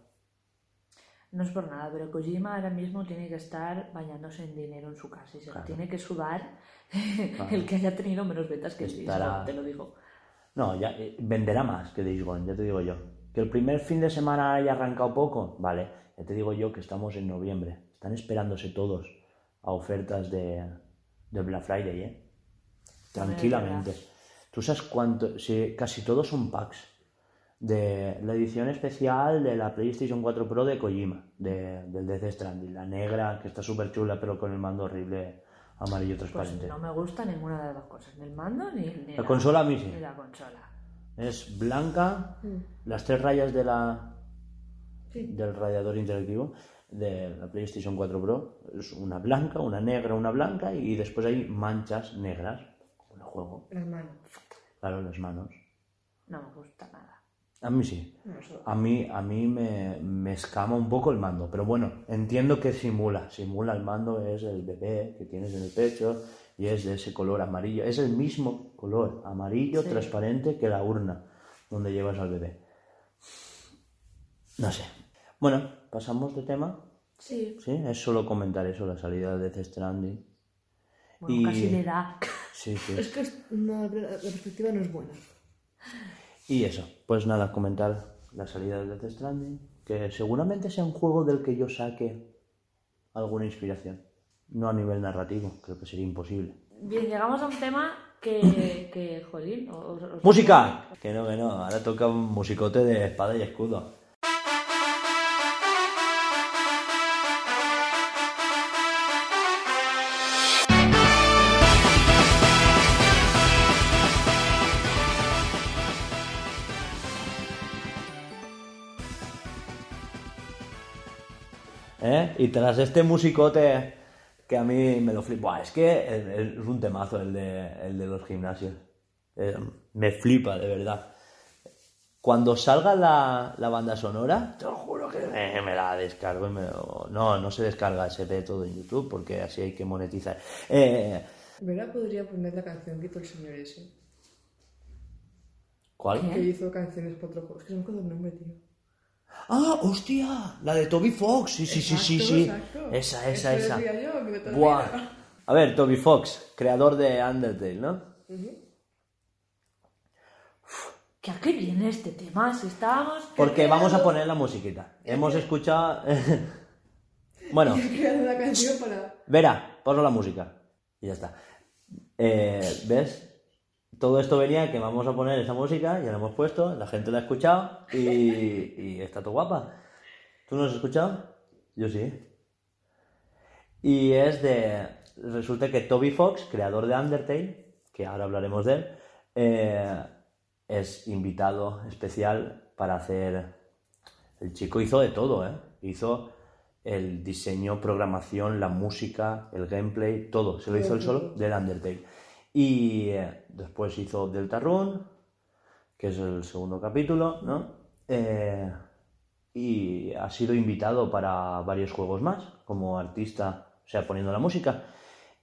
No es por nada, pero Kojima ahora mismo tiene que estar bañándose en dinero en su casa y se Claro. tiene que sudar Claro. el que haya tenido menos ventas que sí, Estará- te lo digo. No, ya eh, venderá más que Days Gone, ya te digo yo. Que el primer fin de semana haya arrancado poco, vale. Ya te digo yo que estamos en noviembre. Están esperándose todos a ofertas de, de Black Friday, ¿eh? Tranquilamente. ¿Tú sabes cuánto? Sí, casi todos son packs. De la edición especial de la PlayStation cuatro Pro de Kojima, de, del Death Stranding. La negra, que está súper chula, pero con el mando horrible amarillo Pues transparente. no me gusta ninguna de las dos cosas, ni el mando ni, ni La consola a mí sí. ni la consola. Es blanca, Mm. las tres rayas de la, Sí. del radiador interactivo de la PlayStation cuatro Pro. Es una blanca, una negra, una blanca y después hay manchas negras. Como el juego. Las manos. Claro, las manos. No me gusta nada. A mí sí. No, eso- A mí, a mí me, me escama un poco el mando, pero bueno, entiendo que simula. Simula el mando, es el bebé que tienes en el pecho y es de ese color amarillo. Es el mismo color amarillo Sí. transparente que la urna donde llevas al bebé. No sé. Bueno, pasamos de tema. Sí, Sí, es solo comentar eso, la salida de Death Stranding. bueno, Y- casi le da. Sí, sí. Es que es- no, la la perspectiva no es buena. Y eso, pues nada, comentar la salida de Death Stranding, que seguramente sea un juego del que yo saque alguna inspiración. No a nivel narrativo, creo que sería imposible. Bien, llegamos a un tema que, que jolín. os- os- ¡Música! Que no, que no, ahora toca un musicote de espada y escudo. ¿Eh? Y tras este musicote que a mí me lo flipa, es que es, es un temazo el de, el de los gimnasios. Eh, me flipa, de verdad. Cuando salga la, la banda sonora, te lo juro que me, me la descargo. Y me, no, no se descarga, se ve todo en YouTube porque así hay que monetizar. Eh, Vera podría poner la canción que hizo el señor ese. ¿Cuál? ¿Qué? Que hizo canciones para otro juego. Es que no me acuerdo el nombre, tío. ¡Ah, hostia! La de Toby Fox. Sí, sí, sí, sí, Exacto, sí. exacto. Esa, esa, Eso esa. decía yo, que de toda la Buah. vida. A ver, Toby Fox, creador de Undertale, ¿no? ¿Que ¿A qué viene este tema? Si estábamos... Porque vamos a poner la musiquita. Hemos escuchado... Bueno, Y he creado una canción para... Vera, ponlo la música. Y ya está. Eh, ¿Ves? Todo esto venía que vamos a poner esa música, ya la hemos puesto, la gente la ha escuchado y, y está todo guapa. ¿Tú no has escuchado? Yo sí. Y es de... Resulta que Toby Fox, creador de Undertale, que ahora hablaremos de él, eh, es invitado especial para hacer... El chico hizo de todo, ¿eh? Hizo el diseño, programación, la música, el gameplay, todo. Se lo hizo él solo del Undertale. Y eh, después hizo Deltarune, que es el segundo capítulo, ¿no? Eh, y ha sido invitado para varios juegos más, como artista, o sea, poniendo la música.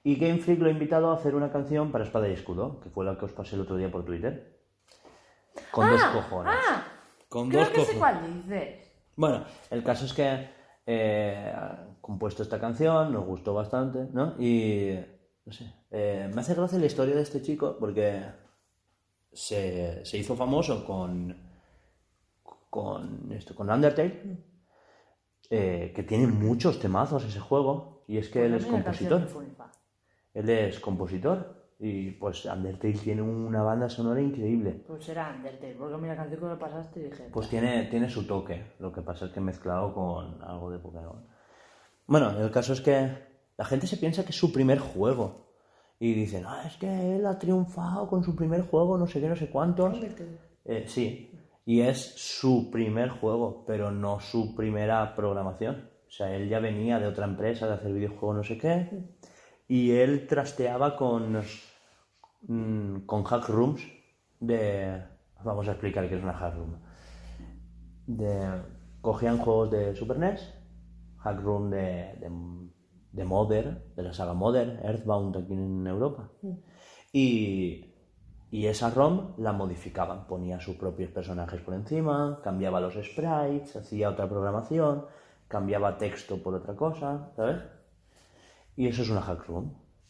Y Game Freak lo ha invitado a hacer una canción para Espada y Escudo, que fue la que os pasé el otro día por Twitter. Con ah, dos cojones. Ah, Con creo dos que cojones. sé cuál dices. Bueno, el caso es que eh, ha compuesto esta canción, nos gustó bastante, ¿no? Y, no sé, eh, me hace gracia la historia de este chico porque se, se hizo famoso con, con, esto, con Undertale, eh, que tiene muchos temazos ese juego, y es que Pues él la es única compositor. canción de Funifa. Él es compositor y pues Undertale tiene una banda sonora increíble. Pues era Undertale, porque mira, la canción que me pasaste dije... Pues tiene, tiene su toque, lo que pasa es que mezclado con algo de Pokémon. Bueno, el caso es que la gente se piensa que es su primer juego. Y dicen, ah, es que él ha triunfado con su primer juego, no sé qué, no sé cuántos. Eh, sí, y es su primer juego, pero no su primera programación. O sea, él ya venía de otra empresa de hacer videojuegos, no sé qué. Y él trasteaba con, mm, con hack rooms de... Vamos a explicar qué es una hack room. De, cogían juegos de Super N E S, hack room de, de, de Mother, de la saga Mother, Earthbound aquí en Europa. Y, y esa ROM la modificaban, ponía sus propios personajes por encima, cambiaba los sprites, hacía otra programación, cambiaba texto por otra cosa, ¿sabes? Y eso es una hack room.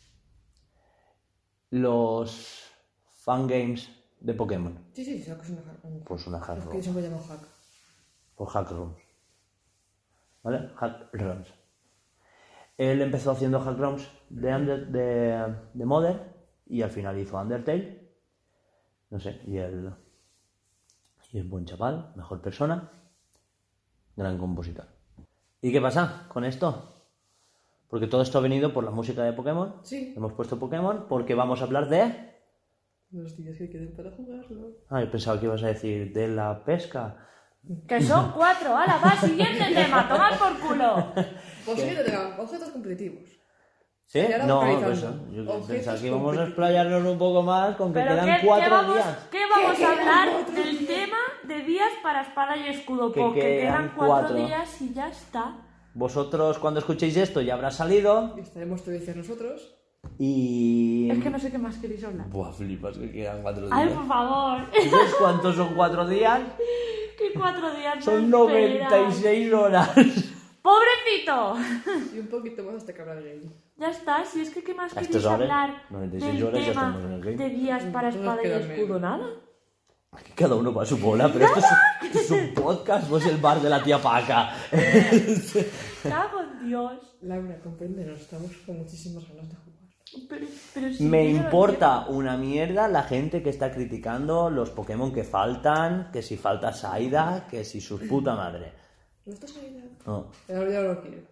Los fangames de Pokémon, Sí, sí, sí, que es una hack. un- pues una hack Es room. que eso me llama hack. Por hack rooms. ¿Vale? Hack rooms. Él empezó haciendo hack rooms de, under, de, de Mother y al final hizo Undertale. No sé, y él y es buen chaval, mejor persona, gran compositor. ¿Y qué pasa con esto? Porque todo esto ha venido por la música de Pokémon. Sí. Hemos puesto Pokémon porque vamos a hablar de... Los días que queden para jugarlo. Ah, yo pensaba que ibas a decir de la pesca. Que son cuatro. ¡Hala, va! Siguiente tema. ¡Tomad por culo! Pues siguiente tema, objetos competitivos. ¿Sí? Y ahora No, localizando. pues, yo Objetos pensaba que íbamos a competitivos. explayarnos un poco más con que Pero quedan ¿qué, qué cuatro vamos, días. ¿qué vamos ¿Qué a quedan hablar cuatro del días? tema de días para espada y escudo? Que Porque quedan quedan cuatro, cuatro. días y ya está. Vosotros cuando escuchéis esto ya habrá salido Y estaremos felices nosotros. y... Es que no sé qué más queréis hablar. Buah, flipas que quedan cuatro días. Ay, por favor. ¿Sabes cuántos son cuatro días? ¿Qué cuatro días Son nos noventa y esperan? seis horas. ¡Pobrecito! Y un poquito más hasta que habrá el game. Ya está, si es que ¿qué más A queréis estas horas, hablar noventa y seis del horas ya tema estamos en el game. de días para Todos espada y quedan escudo? menos. Nada. Cada uno va a su bola, pero esto es, esto es un podcast, no es el bar de la tía Paca. Cago en Dios. Laura, compréndenos, estamos con muchísimas ganas de jugar. Pero, pero si Me yo no lo importa una mierda la gente que está criticando los Pokémon que faltan, que si falta Saida, que si su puta madre. ¿No estás ahí? No. Ahora ya lo quiero.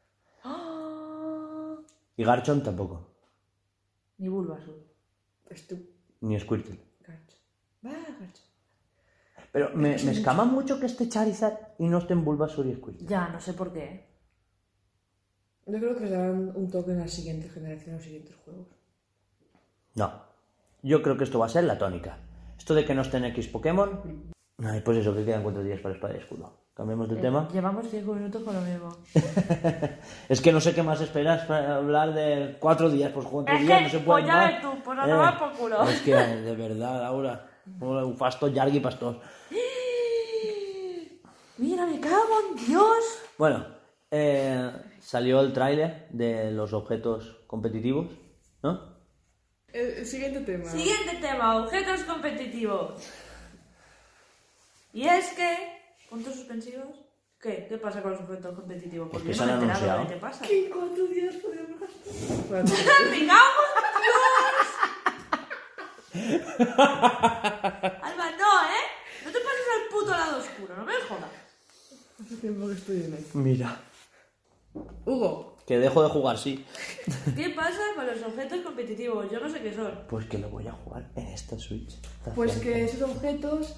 ¡Ah! Y Garchomp tampoco. Ni Bulbasaur. Pues tú, Ni Squirtle. Garcho. Va, Garcho. Pero me, me escama mucho que esté Charizard y no esté en Bulbasaur y Squirtle. Ya, no sé por qué. Yo creo que les darán un toque en la siguiente generación, los siguientes juegos. No. Yo creo que esto va a ser la tónica. Esto de que no estén X Pokémon... Ay, pues eso, que quedan cuatro días para Espada y Escudo. Cambiemos de Eh, tema. Llevamos cinco minutos con lo mismo. Es que no sé qué más esperas para hablar de cuatro días. Pues cuatro Es días que, no se pues puede ya más. ves tú, pues a tomar por culo. Es que, de verdad, Laura. Un fasto, Yargi Pastor. Mira, me cago en Dios. Bueno, eh, salió el tráiler de los objetos competitivos, ¿no? El, el siguiente tema. Siguiente tema, objetos competitivos. Y es que, puntos suspensivos, ¿qué? ¿Qué pasa con los objetos competitivos? Porque Es yo que no se me he han enterado de anunciado. qué pasa. ¿Qué cuatro días podemos gastar? Para ti. ¡Me cago en Dios! Alba, no, ¿eh? No te pases al puto lado oscuro, no me jodas. Hace tiempo que estoy en él. Mira. Hugo, Que dejo de jugar, sí. ¿Qué pasa con los objetos competitivos? Yo no sé qué son. Pues que lo voy a jugar en esta Switch. Está pues cerca. que esos objetos...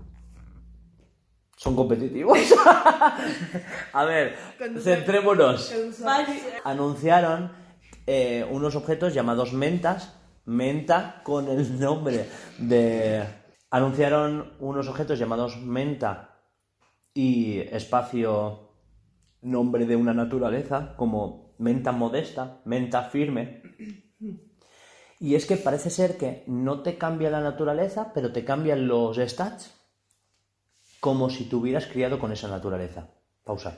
Son competitivos. A ver, Cuando se- centrémonos. Vale. Anunciaron eh, unos objetos llamados mentas. Menta con el nombre de... Anunciaron unos objetos llamados menta y espacio nombre de una naturaleza, como menta modesta, menta firme. Y es que parece ser que no te cambia la naturaleza, pero te cambian los stats como si te hubieras criado con esa naturaleza. Pausa.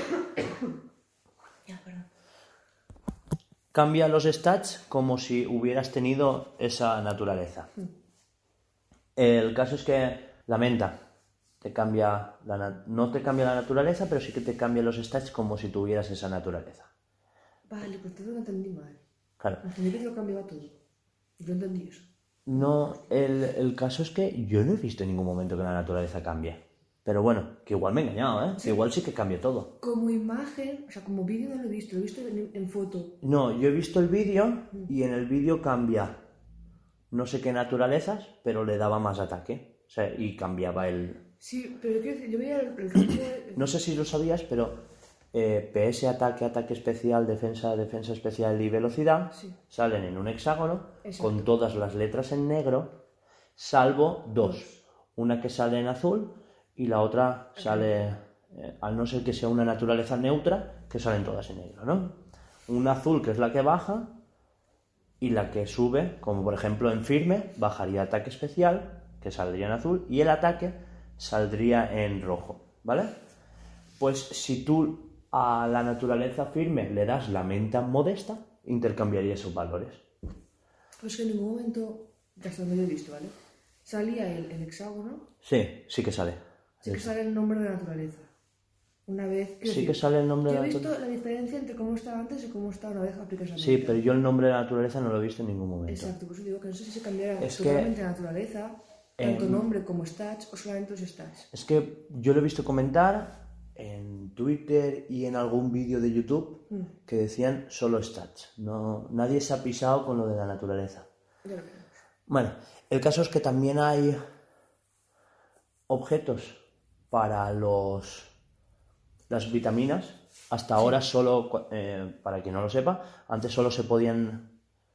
Ya, perdón. Cambia los stats como si hubieras tenido esa naturaleza. El caso es que la menta te cambia la, no te cambia la naturaleza, pero sí que te cambia los stats como si tuvieras esa naturaleza. Vale, pues entonces lo entendí mal. Claro. Entendí que lo cambiaba todo. Y no entendí eso. No, el, el caso es que yo no he visto en ningún momento que la naturaleza cambie. Pero bueno, que igual me he engañado, ¿eh? Que igual sí que cambia todo. Como imagen, o sea, como vídeo no lo he visto, lo he visto en, en foto. No, yo he visto el vídeo y en el vídeo cambia no sé qué naturalezas, pero le daba más ataque. O sea, y cambiaba el... Sí, pero quiero decir, yo veía el, el rango de... No sé si lo sabías, pero eh, P S, ataque, ataque especial, defensa, defensa especial y velocidad Sí. salen en un hexágono Exacto. con todas las letras en negro, salvo dos. Una que sale en azul y la otra sale, eh, al no ser que sea una naturaleza neutra, que salen todas en negro, ¿no? Una azul que es la que baja y la que sube, como por ejemplo en firme, bajaría ataque especial, que saldría en azul, y el ataque saldría en rojo, ¿vale? Pues si tú a la naturaleza firme le das la menta modesta, intercambiaría esos valores. Pues que en ningún momento, hasta donde lo he visto, ¿vale? Salía el, el hexágono, Sí, sí que sale. sí que sale el nombre de la naturaleza. Una vez... quiero Sí decir, que sale el nombre yo de he la visto naturaleza. la diferencia entre cómo estaba antes y cómo está una vez aplicas la Sí, menta. pero yo el nombre de la naturaleza no lo he visto en ningún momento. Exacto, por eso digo que no sé si se cambiara Es que, totalmente la naturaleza, tanto em, nombre como stats, o solamente los stats. Es que yo lo he visto comentar en Twitter y en algún vídeo de YouTube que decían solo stats. No, nadie se ha pisado con lo de la naturaleza. Ya lo veremos. Bueno, el caso es que también hay objetos para los las vitaminas. Hasta ahora solo, eh, para quien no lo sepa, antes solo se podían...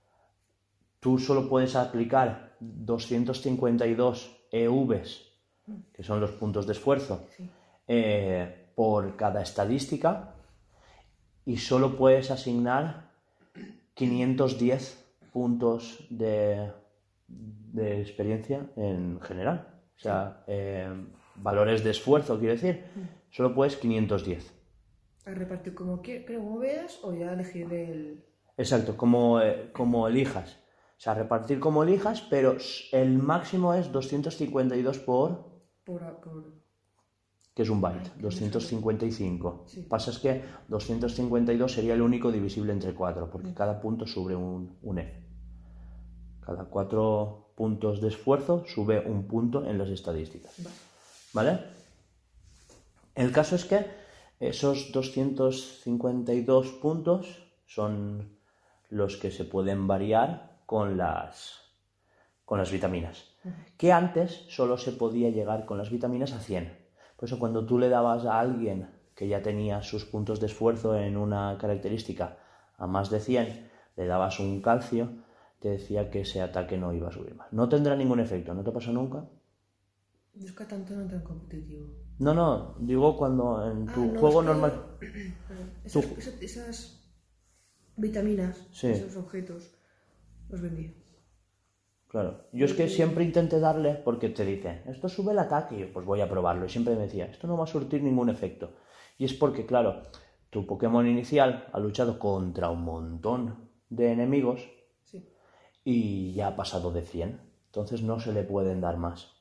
Tú solo puedes aplicar doscientos cincuenta y dos E Vs, que son los puntos de esfuerzo, Sí. eh, por cada estadística, y solo puedes asignar quinientos diez puntos de, de experiencia en general. O sea, eh, valores de esfuerzo, quiero decir, solo puedes quinientos diez. A repartir como, quie- creo, como veas o ya elegir el... Exacto, como, eh, como elijas. O sea, repartir como elijas, pero el máximo es doscientos cincuenta y dos por... Por, por... que es un byte, Ay, qué doscientos cincuenta y cinco. Sí. Pasa es que doscientos cincuenta y dos sería el único divisible entre cuatro, porque cada punto sube un, un F. Cada cuatro puntos de esfuerzo sube un punto en las estadísticas. Va. ¿Vale? El caso es que esos doscientos cincuenta y dos puntos son los que se pueden variar con las, con las vitaminas. Que antes solo se podía llegar con las vitaminas a cien. Por eso cuando tú le dabas a alguien que ya tenía sus puntos de esfuerzo en una característica a más de cien, le dabas un calcio, te decía que ese ataque no iba a subir más. No tendrá ningún efecto, ¿no te pasa nunca? Yo es que tanto no tan competitivo. No, no, digo cuando en tu Ah, no, juego es que- normal... Esas, Tú- esas, esas vitaminas, Sí. esos objetos, los vendía. Claro, yo es que siempre intenté darle porque te dicen, esto sube el ataque, y yo, pues voy a probarlo. Y siempre me decía, esto no va a surtir ningún efecto. Y es porque, claro, tu Pokémon inicial ha luchado contra un montón de enemigos Sí. y ya ha pasado de cien. Entonces no se le pueden dar más.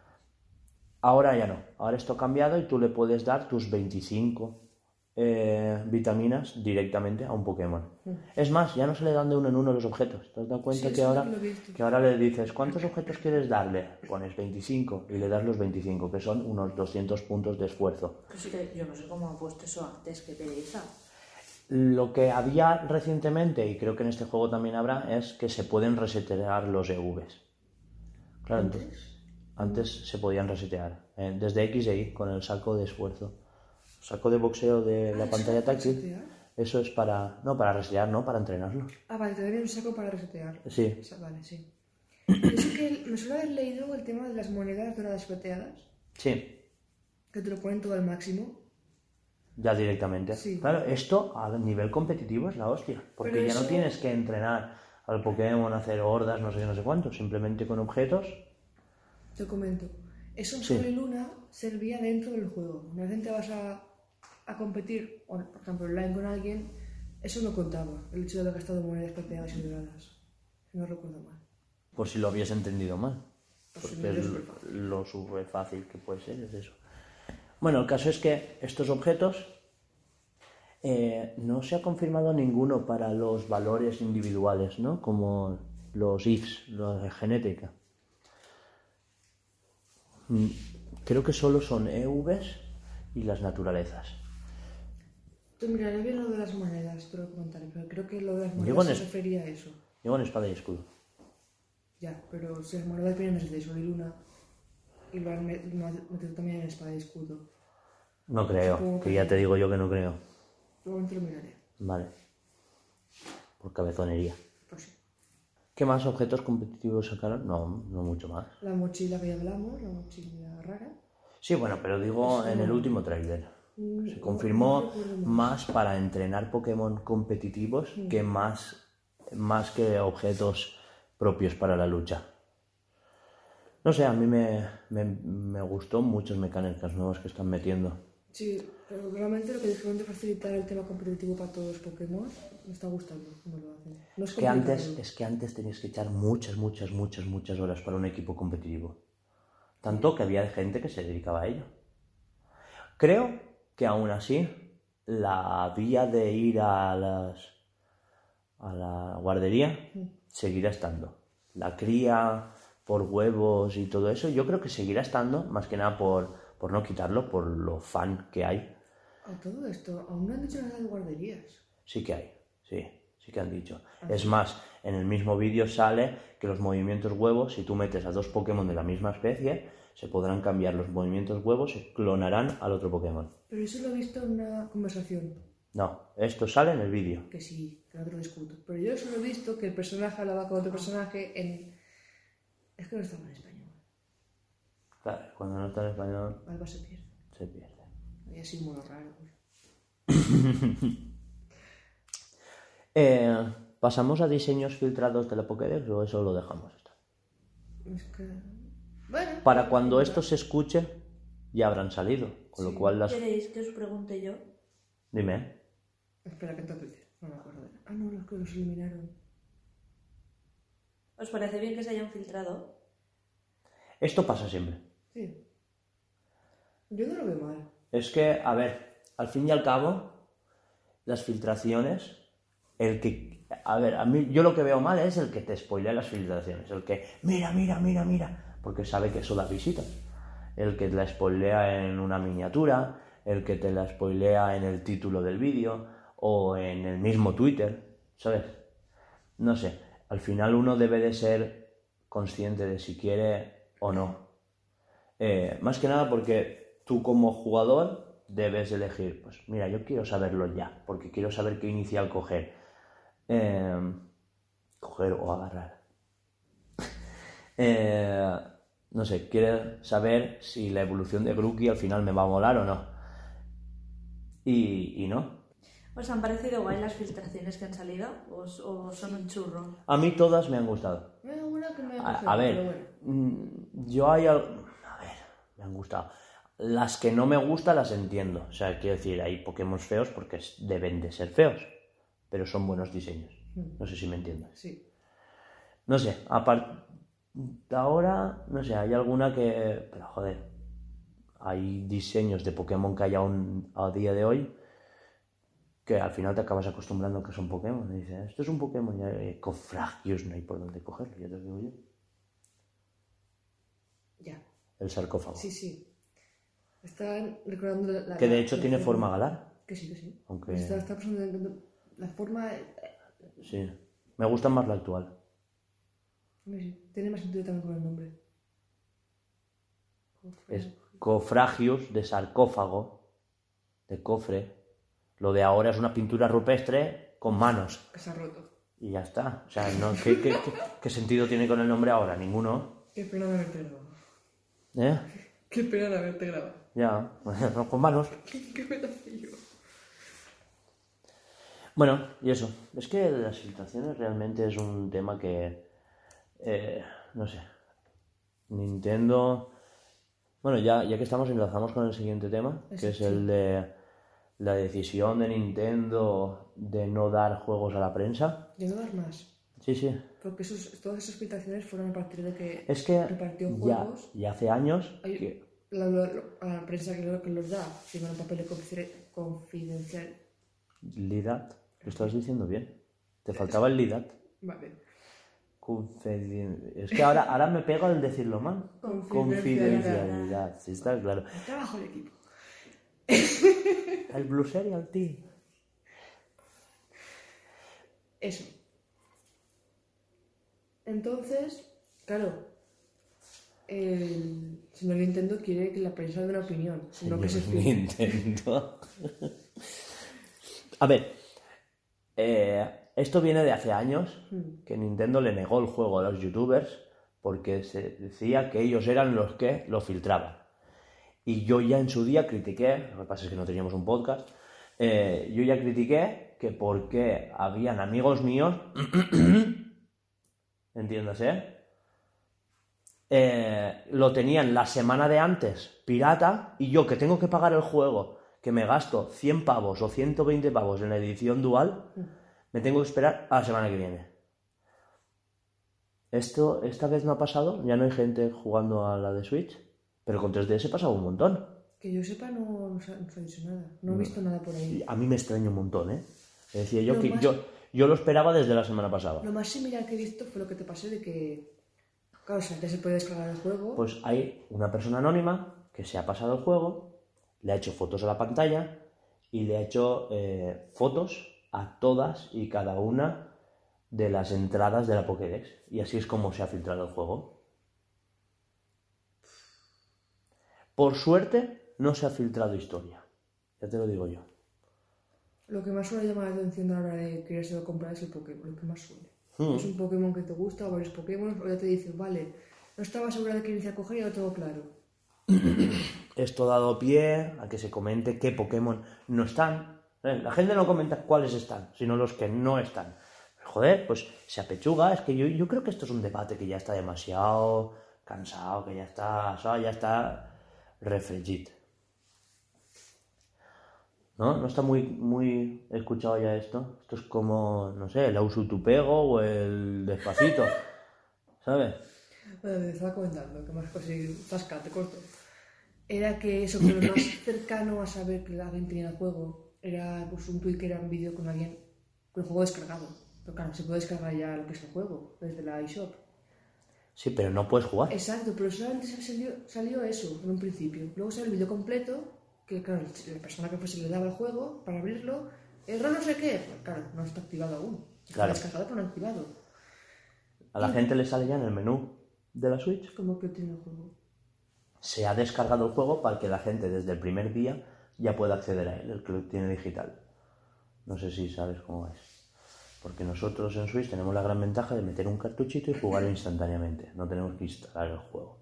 Ahora ya no. Ahora esto ha cambiado y tú le puedes dar tus veinticinco eh, vitaminas directamente a un Pokémon. Es más, ya no se le dan de uno en uno los objetos. ¿Te has dado cuenta Sí, que, eso ahora, sí que lo he visto. que ahora le dices, ¿cuántos objetos quieres darle? Pones veinticinco y le das los veinticinco, que son unos doscientos puntos de esfuerzo. Pues sí que yo no sé cómo han puesto eso antes, que pereza. Lo que había recientemente, y creo que en este juego también habrá, es que se pueden resetear los E Vs. Claro, entonces, antes se podían resetear. eh, desde X e Y, con el saco de esfuerzo. Saco de boxeo de la Ah, pantalla ¿eso para táctil. resetear? Eso es para... No, para resetear, no, para entrenarlos. Ah, vale, te daría un saco para resetear. Sí. Esa- Vale, sí. Yo sé que me suele haber leído el tema de las monedas doradas plateadas, Sí. que te lo ponen todo al máximo. Ya directamente. Sí. Claro, esto a nivel competitivo es la hostia. Porque Pero ya no eso- tienes que entrenar al Pokémon, hacer hordas, no sé qué, no sé cuánto. Simplemente con objetos. Te comento. Eso en Sí. Sol y Luna servía dentro del juego. Una vez te vas a, a competir, o, por ejemplo, online con alguien, eso no contaba. El hecho de haber gastado monedas plateadas y doradas. Si no recuerdo mal. Por si lo habías entendido mal. Pues sí, Porque es es superfácil. lo súper fácil que puede ser, es eso. Bueno, el caso es que estos objetos eh, no se ha confirmado ninguno para los valores individuales, ¿no? Como los I Fs, los de genética. Mm, Creo que solo son E Vs y las naturalezas. Tú miraré bien lo de las monedas, te lo comentaré, pero creo que lo de las Digo monedas en se es- refería a eso. Digo en espada y escudo. Ya, pero si las monedas vienen desde Sol y Luna y lo han met- lo han metido también en espada y escudo. No creo, Supongo que que ya sí. te digo yo que no creo. Luego te lo miraré. Vale. Por cabezonería. Pues sí. ¿Qué más objetos competitivos sacaron? No, no mucho más. La mochila que ya hablamos, la mochila rara. Sí, bueno, pero digo Eso en el no. último tráiler. Mm, Se no- confirmó no recuerdo más para entrenar Pokémon competitivos que más, más que objetos propios para la lucha. No sé, a mí me, me, me gustó muchas mecánicas nuevas que están metiendo. Sí, pero realmente lo que dijeron de facilitar el tema competitivo para todos los Pokémon me está gustando cómo lo hacen. No es Es que, antes, complicado. es que antes tenías que echar muchas, muchas, muchas, muchas horas para un equipo competitivo. Tanto que había gente que se dedicaba a ello. Creo que aún así la vía de ir a las a la guardería seguirá estando. La cría por huevos y todo eso, yo creo que seguirá estando, más que nada por, por no quitarlo, por lo fan que hay. A todo esto, aún no han dicho nada de guarderías. Sí que hay, sí, sí que han dicho. Es más, en el mismo vídeo sale que los movimientos huevos, si tú metes a dos Pokémon de la misma especie, se podrán cambiar los movimientos huevos y clonarán al otro Pokémon. Pero eso lo he visto en una conversación. No, esto sale en el vídeo. Que sí, que no te lo discuto. Pero yo solo he visto que el personaje hablaba con otro personaje en... Es que no estaba en español. Claro, cuando no está en español, Alba se pierde. se pierde. Había así un mono raro. Eh, ¿Pasamos a diseños filtrados de la Pokédex o eso lo dejamos estar? Es que... Bueno. Para cuando esto se escuche, ya habrán salido. Con lo Sí. cual las... ¿Queréis que os pregunte yo? Dime. Espera, que entonces... No me acuerdo. de- Ah, no, los que los eliminaron. ¿Os parece bien que se hayan filtrado? Esto pasa siempre. Sí. Yo no lo veo mal. Es que, a ver, al fin y al cabo, las filtraciones, el que... A ver, a mí yo lo que veo mal es el que te spoilea las filtraciones. El que, mira, mira, mira, mira, porque sabe que eso da visitas. El que te la spoilea en una miniatura, el que te la spoilea en el título del vídeo o en el mismo Twitter, ¿sabes? No sé, al final uno debe de ser consciente de si quiere o no. Eh, más que nada porque tú como jugador debes elegir, pues mira, yo quiero saberlo ya, porque quiero saber qué inicial coger. Eh, coger o agarrar. eh, no sé, quiero saber si la evolución de Grookey al final me va a molar o no. Y, y no. ¿Os han parecido guay las filtraciones que han salido? ¿O, o son un churro? A mí todas me han gustado. Me da una que me ha A, gustado, a pero ver, bueno. mm, yo hay al... A ver, me han gustado. Las que no me gustan las entiendo. O sea, quiero decir, hay Pokémon feos porque es- deben de ser feos, pero son buenos diseños. No sé si me entiendes. Sí. No sé, aparte ahora, no sé, hay alguna que... Pero joder, hay diseños de Pokémon que hay aún a día de hoy que al final te acabas acostumbrando a que son Pokémon. Y dices, esto es un Pokémon, y hay Cofragios, no hay por dónde cogerlo, ya te digo yo. Ya. El sarcófago. Sí, sí. Están recordando la... la- Que de la- hecho la tiene forma galar. Que sí, que sí. Aunque- Está, está pasando de- la forma... eh, Sí. Me gusta más la actual. hombre, sí, tiene más sentido también con el nombre. Es Cofragius de sarcófago, de cofre. Lo de ahora es una pintura rupestre con manos. Que se ha roto. Y ya está. O sea, no, ¿qué, qué, qué, qué sentido tiene con el nombre ahora? Ninguno. Qué pena de haberte grabado. ¿Eh? Qué pena de haberte grabado. Ya. Con manos. Qué pena yo. Bueno, y eso. Es que las filtraciones realmente es un tema que... eh, no sé. Nintendo... Bueno, ya, ya que estamos, enlazamos con el siguiente tema, que Eso, es sí. el de la decisión de Nintendo de no dar juegos a la prensa. De no dar más. Sí, sí. Porque esos, todas esas filtraciones fueron a partir de que Es que repartió ya, juegos. ya hace años Hay- que... la- la- a la prensa que, lo- que los da, firman un papel de confi- confidencial. Lidat, lo estás diciendo bien. Te faltaba el Lidat. Vale. Confiden- Es que ahora, ahora me pego al decirlo mal. Confidencialidad. Confidencialidad, sí, está claro. El trabajo de equipo. El Blue Serial, tío. Eso. Entonces, claro, el señor Nintendo quiere que la prensa dé una opinión, no que se Señor fije. Nintendo. A ver, eh, esto viene de hace años, que Nintendo le negó el juego a los youtubers porque se decía que ellos eran los que lo filtraban. Y yo ya en su día critiqué, lo que pasa es que no teníamos un podcast, eh, yo ya critiqué que porque habían amigos míos, entiéndase, eh, lo tenían la semana de antes, pirata, y yo que tengo que pagar el juego, que me gasto cien pavos o ciento veinte pavos en la edición dual, me tengo que esperar a la semana que viene. Esto esta vez no ha pasado, ya no hay gente jugando a la de Switch, pero con tres D S pasaba un montón. Que yo sepa, no, no, se, ha, no se ha dicho nada. No he visto nada por ahí. Y a mí me extraña un montón, ¿eh? Es decir, yo, Lo que, más- yo, yo lo esperaba desde la semana pasada. Lo más similar que he visto fue lo que te pasé de que, claro, o sea, ya se puede descargar el juego. Pues hay una persona anónima que se ha pasado el juego, le ha hecho fotos a la pantalla y le ha hecho eh, fotos a todas y cada una de las entradas de la Pokédex. Y así es como se ha filtrado el juego. Por suerte, no se ha filtrado historia. Ya te lo digo yo. Lo que más suele llamar la atención a la hora de querérselo comprar es el Pokémon, lo que más suele. Hmm. Es un Pokémon que te gusta o varios Pokémon, o ya te dicen, vale, no estaba segura de qué iniciar a coger y ya lo tengo claro. Esto ha dado pie a que se comente qué Pokémon no están. ¿Eh? La gente no comenta cuáles están, sino los que no están. Joder, pues se apechuga. Es que yo, yo creo que esto es un debate que ya está demasiado cansado, que ya está, o sea, ya está refregit. ¿No? ¿No está muy, muy escuchado ya esto? Esto es como, no sé, el Ausu tu pego o el Despacito, ¿sabes? Bueno, me estaba comentando, que más cosas, zasca, te corto. Era que eso, que lo más cercano a saber que alguien tenía el juego era pues, un tweet que era un vídeo con alguien con el juego descargado. Pero claro, se puede descargar ya lo que es el juego desde la eShop. Sí, pero no puedes jugar. Exacto, pero solamente salió, salió eso en un principio. Luego salió el vídeo completo, que claro, la persona que fuese le daba el juego para abrirlo, error no sé qué, pues, claro, no está activado aún. Está Claro. descargado pero no activado. A la gente le sale ya en el menú de la Switch. Como que tiene el juego. Se ha descargado el juego para que la gente desde el primer día ya pueda acceder a él, el que lo tiene digital. No sé si sabes cómo es. Porque nosotros en Switch tenemos la gran ventaja de meter un cartuchito y jugar instantáneamente. No tenemos que instalar el juego.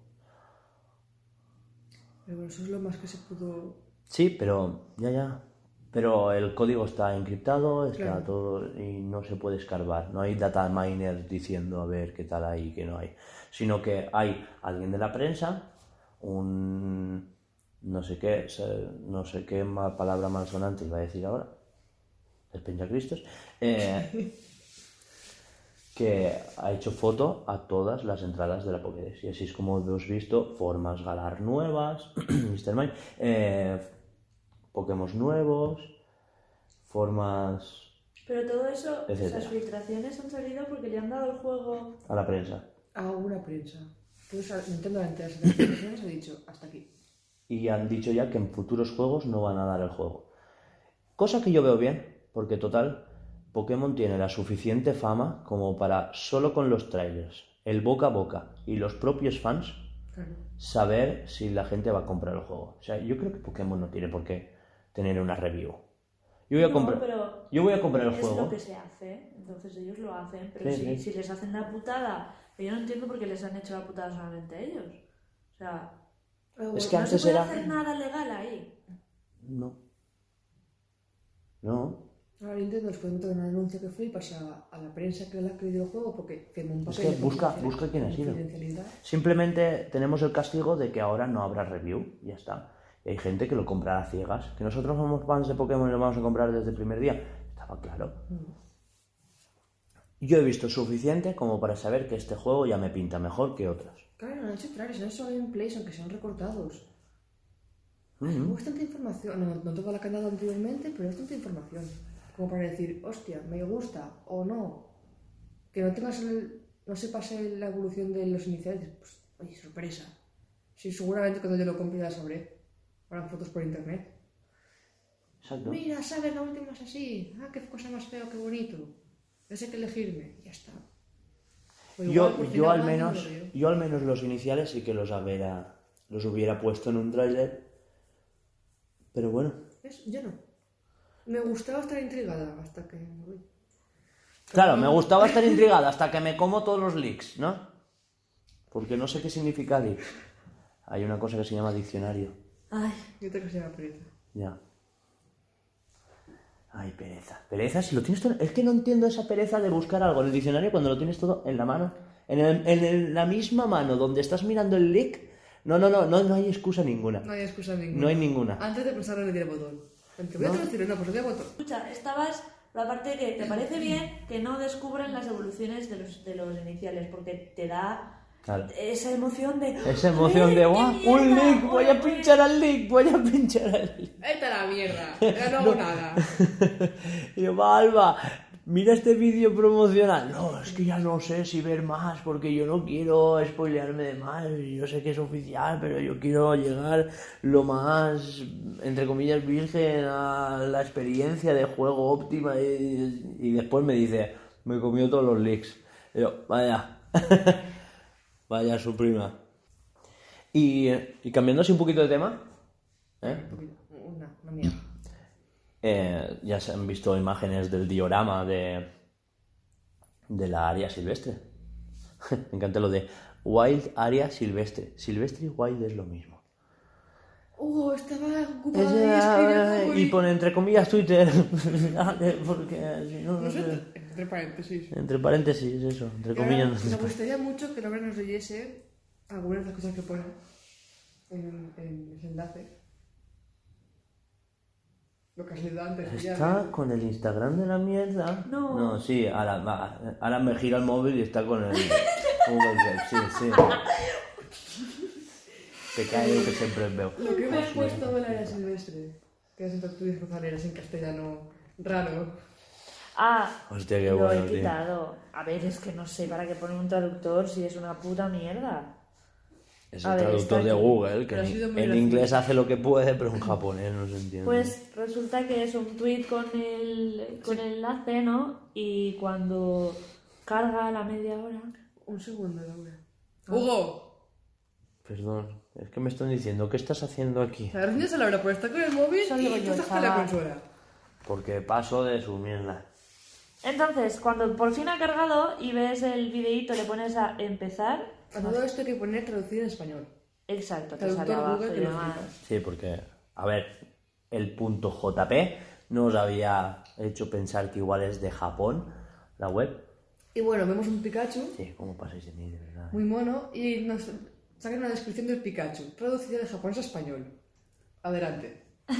Pero bueno, eso es lo más que se pudo... Sí, pero ya, ya. Pero el código está encriptado, está Claro. todo y no se puede escarbar. No hay data miners diciendo a ver qué tal hay y qué no hay. Sino que hay alguien de la prensa, un no sé qué, se- no sé qué ma- palabra malsonante iba a decir ahora. Despenchacristos. Eh, que ha hecho foto a todas las entradas de la Pokédex. Y así es como hemos visto formas Galar nuevas, mister Mime, eh, Pokémon nuevos, formas Pero todo eso, Etcétera. esas filtraciones han salido porque le han dado el juego. a la prensa. a una prensa. Entonces Nintendo ante las declaraciones ha dicho, hasta aquí. Y han dicho ya que en futuros juegos no van a dar el juego. Cosa que yo veo bien, porque total, Pokémon tiene la suficiente fama como para, solo con los trailers, el boca a boca y los propios fans, Claro. saber si la gente va a comprar el juego. O sea, yo creo que Pokémon no tiene por qué tener una review. Yo voy a No, comprar, pero yo voy a comprar el es juego. lo que se hace, entonces ellos lo hacen. Pero Sí, si, sí. si les hacen la putada, yo no entiendo por qué les han hecho la putada solamente a ellos. O sea, Ah, bueno, Es que no antes se puede era... hacer nada legal ahí. No. No. Ahora Nintendo después de meter una denuncia que flipas a, a la prensa que la ha querido el juego porque firmó un papel. Es que de busca, confidencialidad- busca quién ha sido. confidencialidad. Simplemente tenemos el castigo de que ahora no habrá review, ya está. Y hay gente que lo comprará a ciegas. Que nosotros somos fans de Pokémon y lo vamos a comprar desde el primer día. Estaba claro. Yo he visto suficiente como para saber que este juego ya me pinta mejor que otros. Claro, no han hecho trailers, han hecho gameplays, aunque sean recortados. Mm. Hay bastante información, no, no toda la que han dado anteriormente, pero bastante información. Como para decir, hostia, me gusta o no. Que no tengas el, no sepas el- la evolución de los iniciales, pues, oye, sorpresa. Sí, seguramente cuando yo lo compre ya sabré. Habrán fotos por internet. Exacto. Mira, sabes, la última es así. Ah, qué cosa más feo, qué bonito. Ya sé que elegirme, ya está. O igual, Yo, por fin yo, al avanzo y menos, lo veo. yo al menos los iniciales sí que los hubiera, los hubiera puesto en un tráiler. Pero bueno. ¿Ves? Yo no. Me gustaba estar intrigada hasta que me voy. Claro, me gustaba estar intrigada hasta que me como todos los leaks, ¿no? Porque no sé qué significa leak. Hay una cosa que se llama diccionario. Ay, Yo tengo que se llama pereza. Ya. Ay, pereza. Pereza, si lo tienes todo... Es que no entiendo esa pereza de buscar algo en el diccionario cuando lo tienes todo en la mano. En, el- en el- la misma mano donde estás mirando el leak. No, no, no, no, no hay excusa ninguna. No hay excusa ninguna. No hay ninguna. Antes de pensarlo le diré botón. Aunque voy a No. traducirlo, no, pues le diré botón. escucha, estabas la parte de que te parece bien que no descubran las evoluciones de los, de los iniciales, porque te da Claro. esa emoción de... Esa emoción de, ¡qué ¡guau! ¡Un mierda! leak! Voy a Oye, pinchar al leak, voy a pinchar al leak. ¡Esta la mierda! Ya no hago nada. Y yo, Alba, mira este vídeo promocional. No, es que ya no sé si ver más, porque yo no quiero spoilearme de más. Yo sé que es oficial, pero yo quiero llegar lo más, entre comillas, virgen a la experiencia de juego óptima. Y, y después me dice, me comió todos los leaks. Y yo, vaya, vaya su prima. Y, y cambiando así un poquito de tema, ¿eh? Una, una mierda. Eh, ya se han visto imágenes del diorama de, de la área silvestre. Me encanta lo de Wild área silvestre. Silvestre y Wild es lo mismo. Hugo, estaba Es, ocupada de escribir eh, algo y pone entre comillas Twitter. Porque si no, no No sé, sé. entre paréntesis. Entre paréntesis, eso. Entre Y ahora, comillas. no me sé. gustaría mucho que Laura nos leyese algunas de las cosas que ponen en, en ese enlace. Lo que has leído antes. ya, Está ¿no? con el Instagram de la mierda. No. No, sí, ahora, va, ahora me gira el móvil y está con el Google. Sí, sí. Te cae lo que siempre veo. Lo que hemos puesto de la era silvestre. Que es en tortugas rosaleras en castellano raro. Ah, Hostia, qué lo bueno, he tío. quitado. A ver, es que no sé para qué poner un traductor si es una puta mierda. Es A el ver, traductor está de aquí. Google, que Pero ha en, sido muy en gracioso. inglés hace lo que puede, pero en japonés no se entiende. Pues resulta que es un tweet con el, con el enlace, ¿no? Y cuando carga a la media hora... Un segundo, Laura. ¡Hugo! Perdón, es que me están diciendo, ¿qué estás haciendo aquí? Gracias a Laura por estar con el móvil Eso y digo tú yo, estás con la chaval. consola. Porque paso de su mierda. Entonces, cuando por fin ha cargado y ves el videíto, le pones a empezar... A todo esto hay que poner traducir en español. Exacto, te Traductor sale abajo Google y que lo demás. flipas. Sí, porque, a ver, el punto J P nos había hecho pensar que igual es de Japón, la web. Y bueno, vemos un Pikachu Sí, ¿cómo pasáis de mí, de verdad? muy mono y nos sacan una descripción del Pikachu, traducida de japonés a español. Adelante.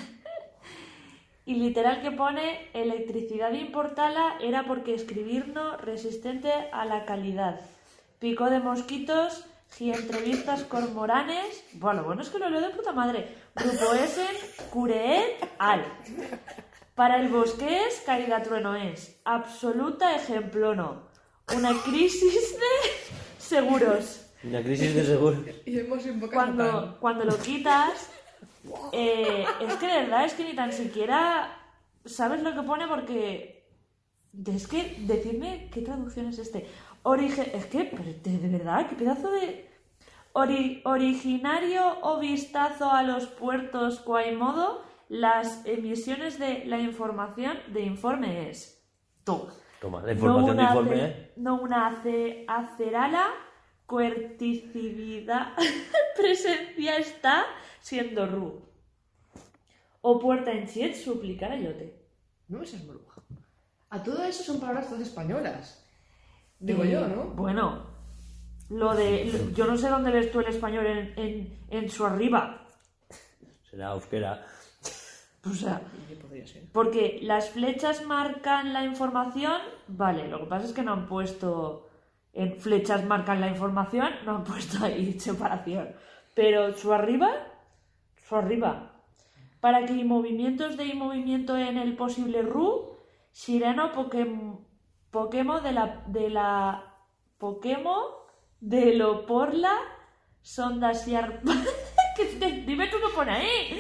Y literal que pone electricidad importala era porque escribirnos resistente a la calidad. Pico de mosquitos, entrevistas cormoranes. Bueno, bueno, es que lo leo de puta madre. Grupo Essen, Cureet, Al. Para el bosqués, caída truenoes. Absoluta ejemplono. Una crisis de seguros. La crisis de seguro. Y hemos invocado a Cuando, cuando lo quitas, eh, es que de verdad es que ni tan siquiera sabes lo que pone porque es que decidme qué traducción es este. Orige, es que pero de, de verdad qué pedazo de ori- originario o vistazo a los puertos Quaimodo, las emisiones de la información de informe es tú. Toma, la información de una informe, ace- ¿eh? No una ace- acerala, coercitividad, presencia está siendo ru. O puerta en chet, suplicar a yote. No me seas moruja. A todo eso son palabras todas españolas. Digo Eh, yo, ¿no? Bueno, lo de... lo- yo no sé dónde ves tú el español en, en, en su arriba. Será euskera. O sea, Sí, podría ser. porque las flechas marcan la información, vale, lo que pasa es que no han puesto... En flechas marcan la información, no han puesto ahí separación. Pero su arriba, su arriba. Para que hay movimientos de y movimiento en el posible ru, Shireno Pokémon, Pokémon de la de la Pokémon de lo por la sondas y ar... ¿Qué- Dime tú qué pone ahí.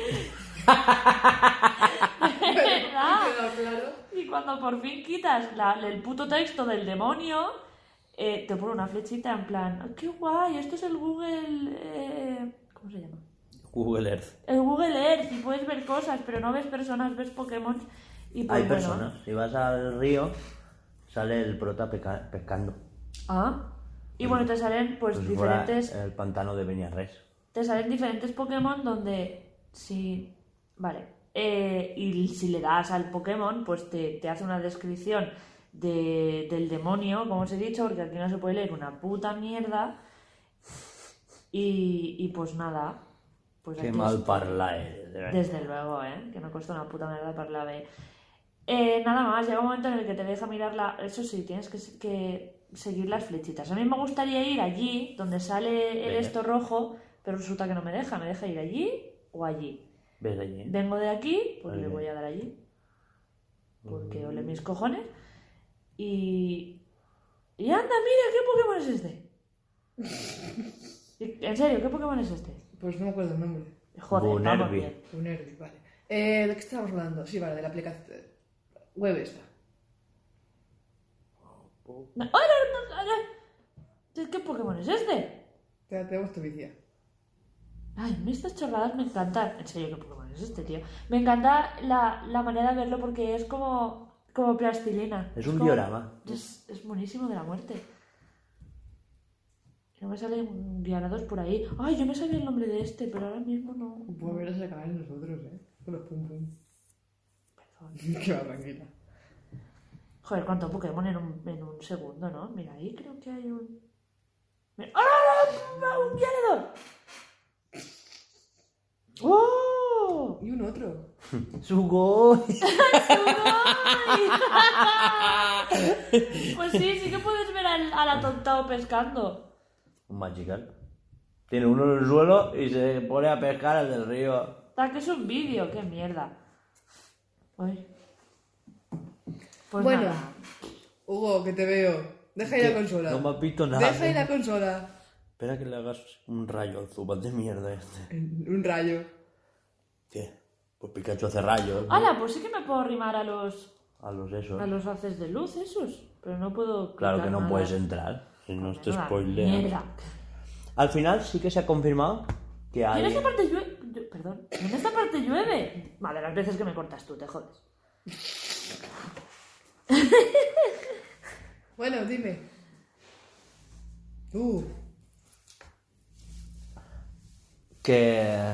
De verdad. Queda claro. Y cuando por fin quitas la- el puto texto del demonio, eh, te pone una flechita en plan, "Ah, qué guay, esto es el Google... eh, ¿Cómo se llama? Google Earth. El Google Earth, y puedes ver cosas, pero no ves personas, ves Pokémon. Y pues, Hay bueno. personas. Si vas al río, sale el prota peca- pescando. Ah. Y bueno, te salen pues Como si fuera diferentes... el pantano de Beñarres. Te salen diferentes Pokémon donde si... Vale. Eh, y si le das al Pokémon, pues te, te hace una descripción de, del demonio, como os he dicho, porque aquí no se puede leer una puta mierda. Y, y pues nada. Pues Qué aquí mal es- parlare. de verdad. Desde luego, ¿eh? Que no cuesta una puta mierda parlare. Eh, nada más, llega un momento en el que te deja mirar la... Eso sí, tienes que, que seguir las flechitas. A mí me gustaría ir allí, donde sale el Venga. esto rojo, pero resulta que no me deja. Me deja ir allí o allí. Ves allí. ¿eh? Vengo de aquí, pues Muy le bien. voy a dar allí. Porque ole mis cojones. Y... Y anda, mira, ¿qué Pokémon es este? Y- En serio, ¿qué Pokémon es este? Pues no me acuerdo el nombre. Joder, vamos Bunervi. bien. Un nervio, vale. Eh, ¿De qué estábamos hablando? Sí, vale, de la aplicación web esta. ¡Ay, no, no, no! ¿Qué Pokémon es este? Te, te hago tu vicia. Ay, a mí estas chorradas me encantan. En serio, ¿qué Pokémon es este, tío? Me encanta la, la manera de verlo porque es como, como plastilina. Es un como- diorama. Es, es buenísimo de la muerte. No me salen dianados por ahí. Ay, yo me sabía el nombre de este, pero ahora mismo no. Puedo ver a acabar en nosotros, ¿eh? Con los pum pum. Perdón. Que va, tranquila. Joder, cuánto Pokémon en un, en un segundo, ¿no? Mira, ahí creo que hay un... Mira- ¡Ah! ¡Un Gyarados! ¡Oh! Y un otro. ¡Sugoi! Pues sí, sí que puedes ver al, al atontado pescando. Un Magical. Tiene uno en el suelo y se pone a pescar al del río. Está que es un vídeo, qué mierda. Ay. Pues Bueno, nada. Hugo, que te veo. Deja ahí la ¿Qué? consola. No me has visto nada. Deja ahí la consola. Espera que le hagas un rayo al Zubat de mierda este. Un rayo. ¿Qué? Pues Pikachu hace rayos. ¿no? ¡Hala! Pues sí que me puedo rimar a los A los esos. a los haces de luz esos. Pero no puedo. Claro que clicar no nada. puedes entrar. Si no te Menuda spoilean. mierda. Al final sí que se ha confirmado que ¿Y en hay. esta parte llueve? Perdón. ¿En esta parte llueve? Vale, las veces que me cortas tú, te jodes. Bueno, dime. Uh, Que.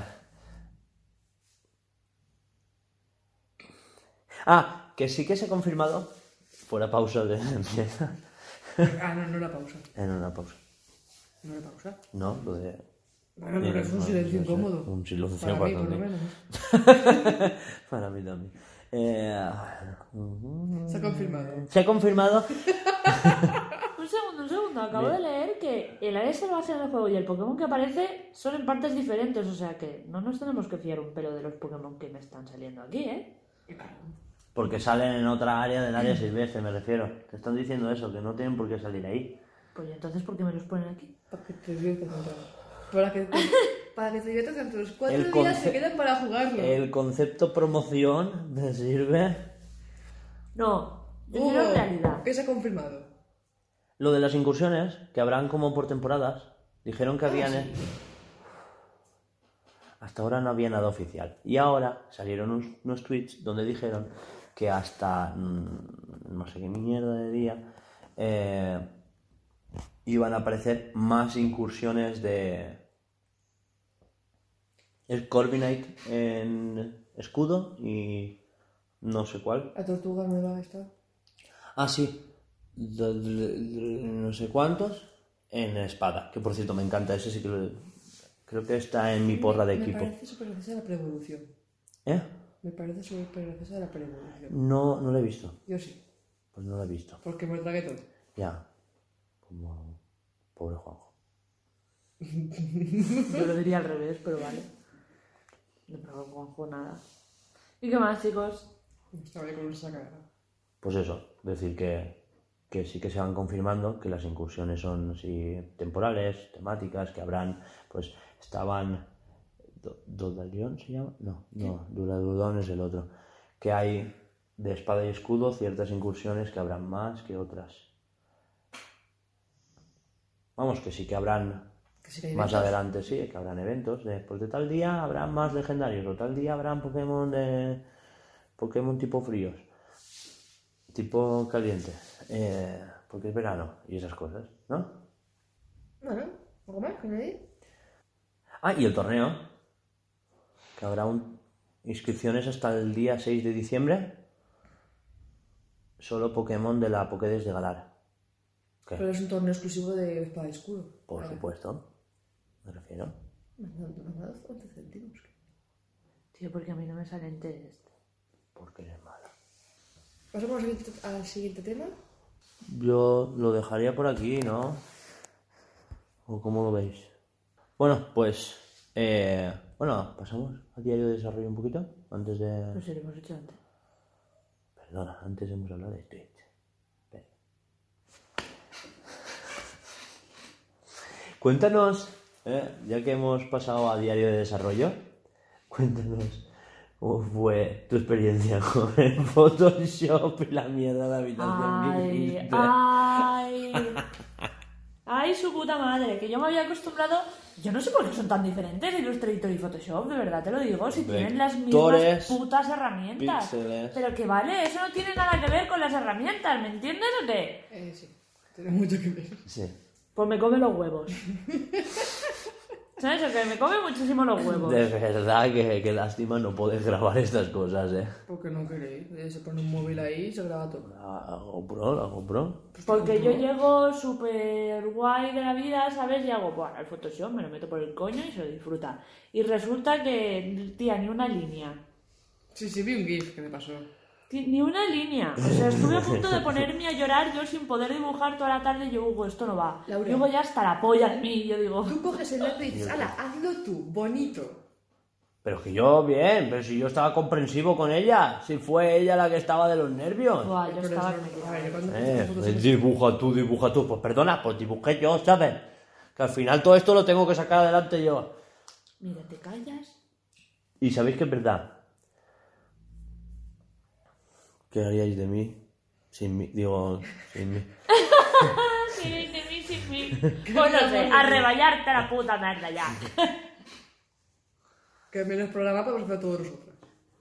Ah, que sí que se ha confirmado. Fuera pausa de. ah, no, no la pausa. en una pausa. No la pausa. No, lo de. Bueno, pero es un no, silencio no sé, incómodo. un silencio Para mí, por lo bastante. menos. Para mí también. Eh, Se ha confirmado. Se ha confirmado. Un segundo, un segundo. Acabo Bien. de leer que el área salvaje del juego y el Pokémon que aparece son en partes diferentes. O sea que no nos tenemos que fiar un pelo de los Pokémon que me están saliendo aquí, ¿eh? Porque salen en otra área del área silvestre, me refiero. Te están diciendo eso, que no tienen por qué salir ahí. Pues ¿y entonces ¿por qué me los ponen aquí? Para que te diviertas tanto. Para que te, para que te diviertas tanto. Los cuatro El días se conce- quedan para jugarlo. El concepto promoción me sirve. No, yo Hugo, quiero realidad. ¿qué se ha confirmado? Lo de las incursiones, que habrán como por temporadas, dijeron que habían... sí. Hasta ahora no había nada oficial. Y ahora salieron unos, unos tweets donde dijeron que hasta mm, no sé qué mierda de día eh, iban a aparecer más incursiones de el Corviknight en escudo y no sé cuál. La tortuga nueva esta. Ah, sí, de- de- de- no sé cuántos, en espada, que por cierto me encanta, ese sí que lo, creo que está en mi porra de Me equipo. parece súper graciosa la preevolución. ¿Eh? Me parece súper graciosa la preevolución. No, no lo he visto, Yo sí, pues no lo he visto. porque me lo tragué todo. Ya, como pobre Juanjo. Yo lo diría al revés, pero vale. No me hago Juanjo nada. ¿Y qué más, chicos? Estaba yo con esa cara. Pues eso, decir que, que sí que se van confirmando, que las incursiones son sí, temporales, temáticas, que habrán, pues estaban... Do- ¿Dodalión se llama? No, no, Duradudón es el otro. Que hay de espada y escudo ciertas incursiones que habrán más que otras. Vamos, que sí que habrán Que sí que hay más eventos. adelante, sí, que habrán eventos. De, pues de tal día habrán más legendarios, o tal día habrán Pokémon de Pokémon tipo fríos, tipo caliente, eh, porque es verano y esas cosas, ¿no? Bueno, ¿algo más que añadir? Ah, y el torneo, que habrá un, inscripciones hasta el día seis de diciembre, solo Pokémon de la Pokédex de Galar. ¿Qué? Pero es un torneo exclusivo de espada y escudo. Por Ah, supuesto, me refiero. Me han dado- me han dado once céntimos. Tío, porque a mí no me sale en test. Porque eres mala. Pasamos al siguiente, al siguiente tema. Yo lo dejaría por aquí, ¿no? ¿O cómo lo veis? Bueno, pues... eh, bueno, pasamos al diario de desarrollo un poquito, antes de... Pues sí, lo hemos hecho antes. Perdona, antes hemos hablado de Twitch. Espera. Cuéntanos, eh, ya que hemos pasado a diario de desarrollo, cuéntanos cómo fue tu experiencia con el Photoshop y la mierda de habitación que Ay, hiciste. ay. Ay, su puta madre, que yo me había acostumbrado. Yo no sé por qué son tan diferentes Illustrator y Photoshop, de verdad te lo digo, si tienen las Vectores, mismas putas herramientas. píxeles. Pero que vale, eso no tiene nada que ver con las herramientas, ¿me entiendes o qué? Eh, sí, tiene mucho que ver. Sí. Pues me come los huevos. ¿Sabes? O que me come muchísimo los huevos. De verdad que, que lástima no poder grabar estas cosas, eh. ¿Por qué no queréis? Eh, Se pone un móvil ahí y se graba todo. La GoPro, la GoPro. Porque yo llego súper guay de la vida, ¿sabes? Y hago, bueno, el Photoshop me lo meto por el coño y se lo disfruta. Y resulta que, tía, ni una línea. Sí, sí, vi un GIF que me pasó. Ti- Ni una línea. O sea, estuve a punto de ponerme a llorar yo sin poder dibujar toda la tarde. Y yo, Hugo, esto no va. Laura. Luego ya hasta la polla de mí. Yo digo, Tú coges el lápiz y dices, ala, hazlo tú, bonito. Pero que yo, bien, pero si yo estaba comprensivo con ella, si fue ella la que estaba de los nervios. buah, yo Pero estaba es- que me a tiraba. ver, yo cuando Eh, empecé fotos en- dibuja tú, dibuja tú. Pues perdona, pues dibujé yo, ¿sabes? Que al final todo esto lo tengo que sacar adelante yo. Mira, te callas. Y sabéis que es verdad. ¿Qué haríais de mí? Sin mí, digo, sin mí. Sí, de mí, sin mí. Pues no sé, a reballarte la puta mierda ya. Que menos programa podemos hacer todos nosotros.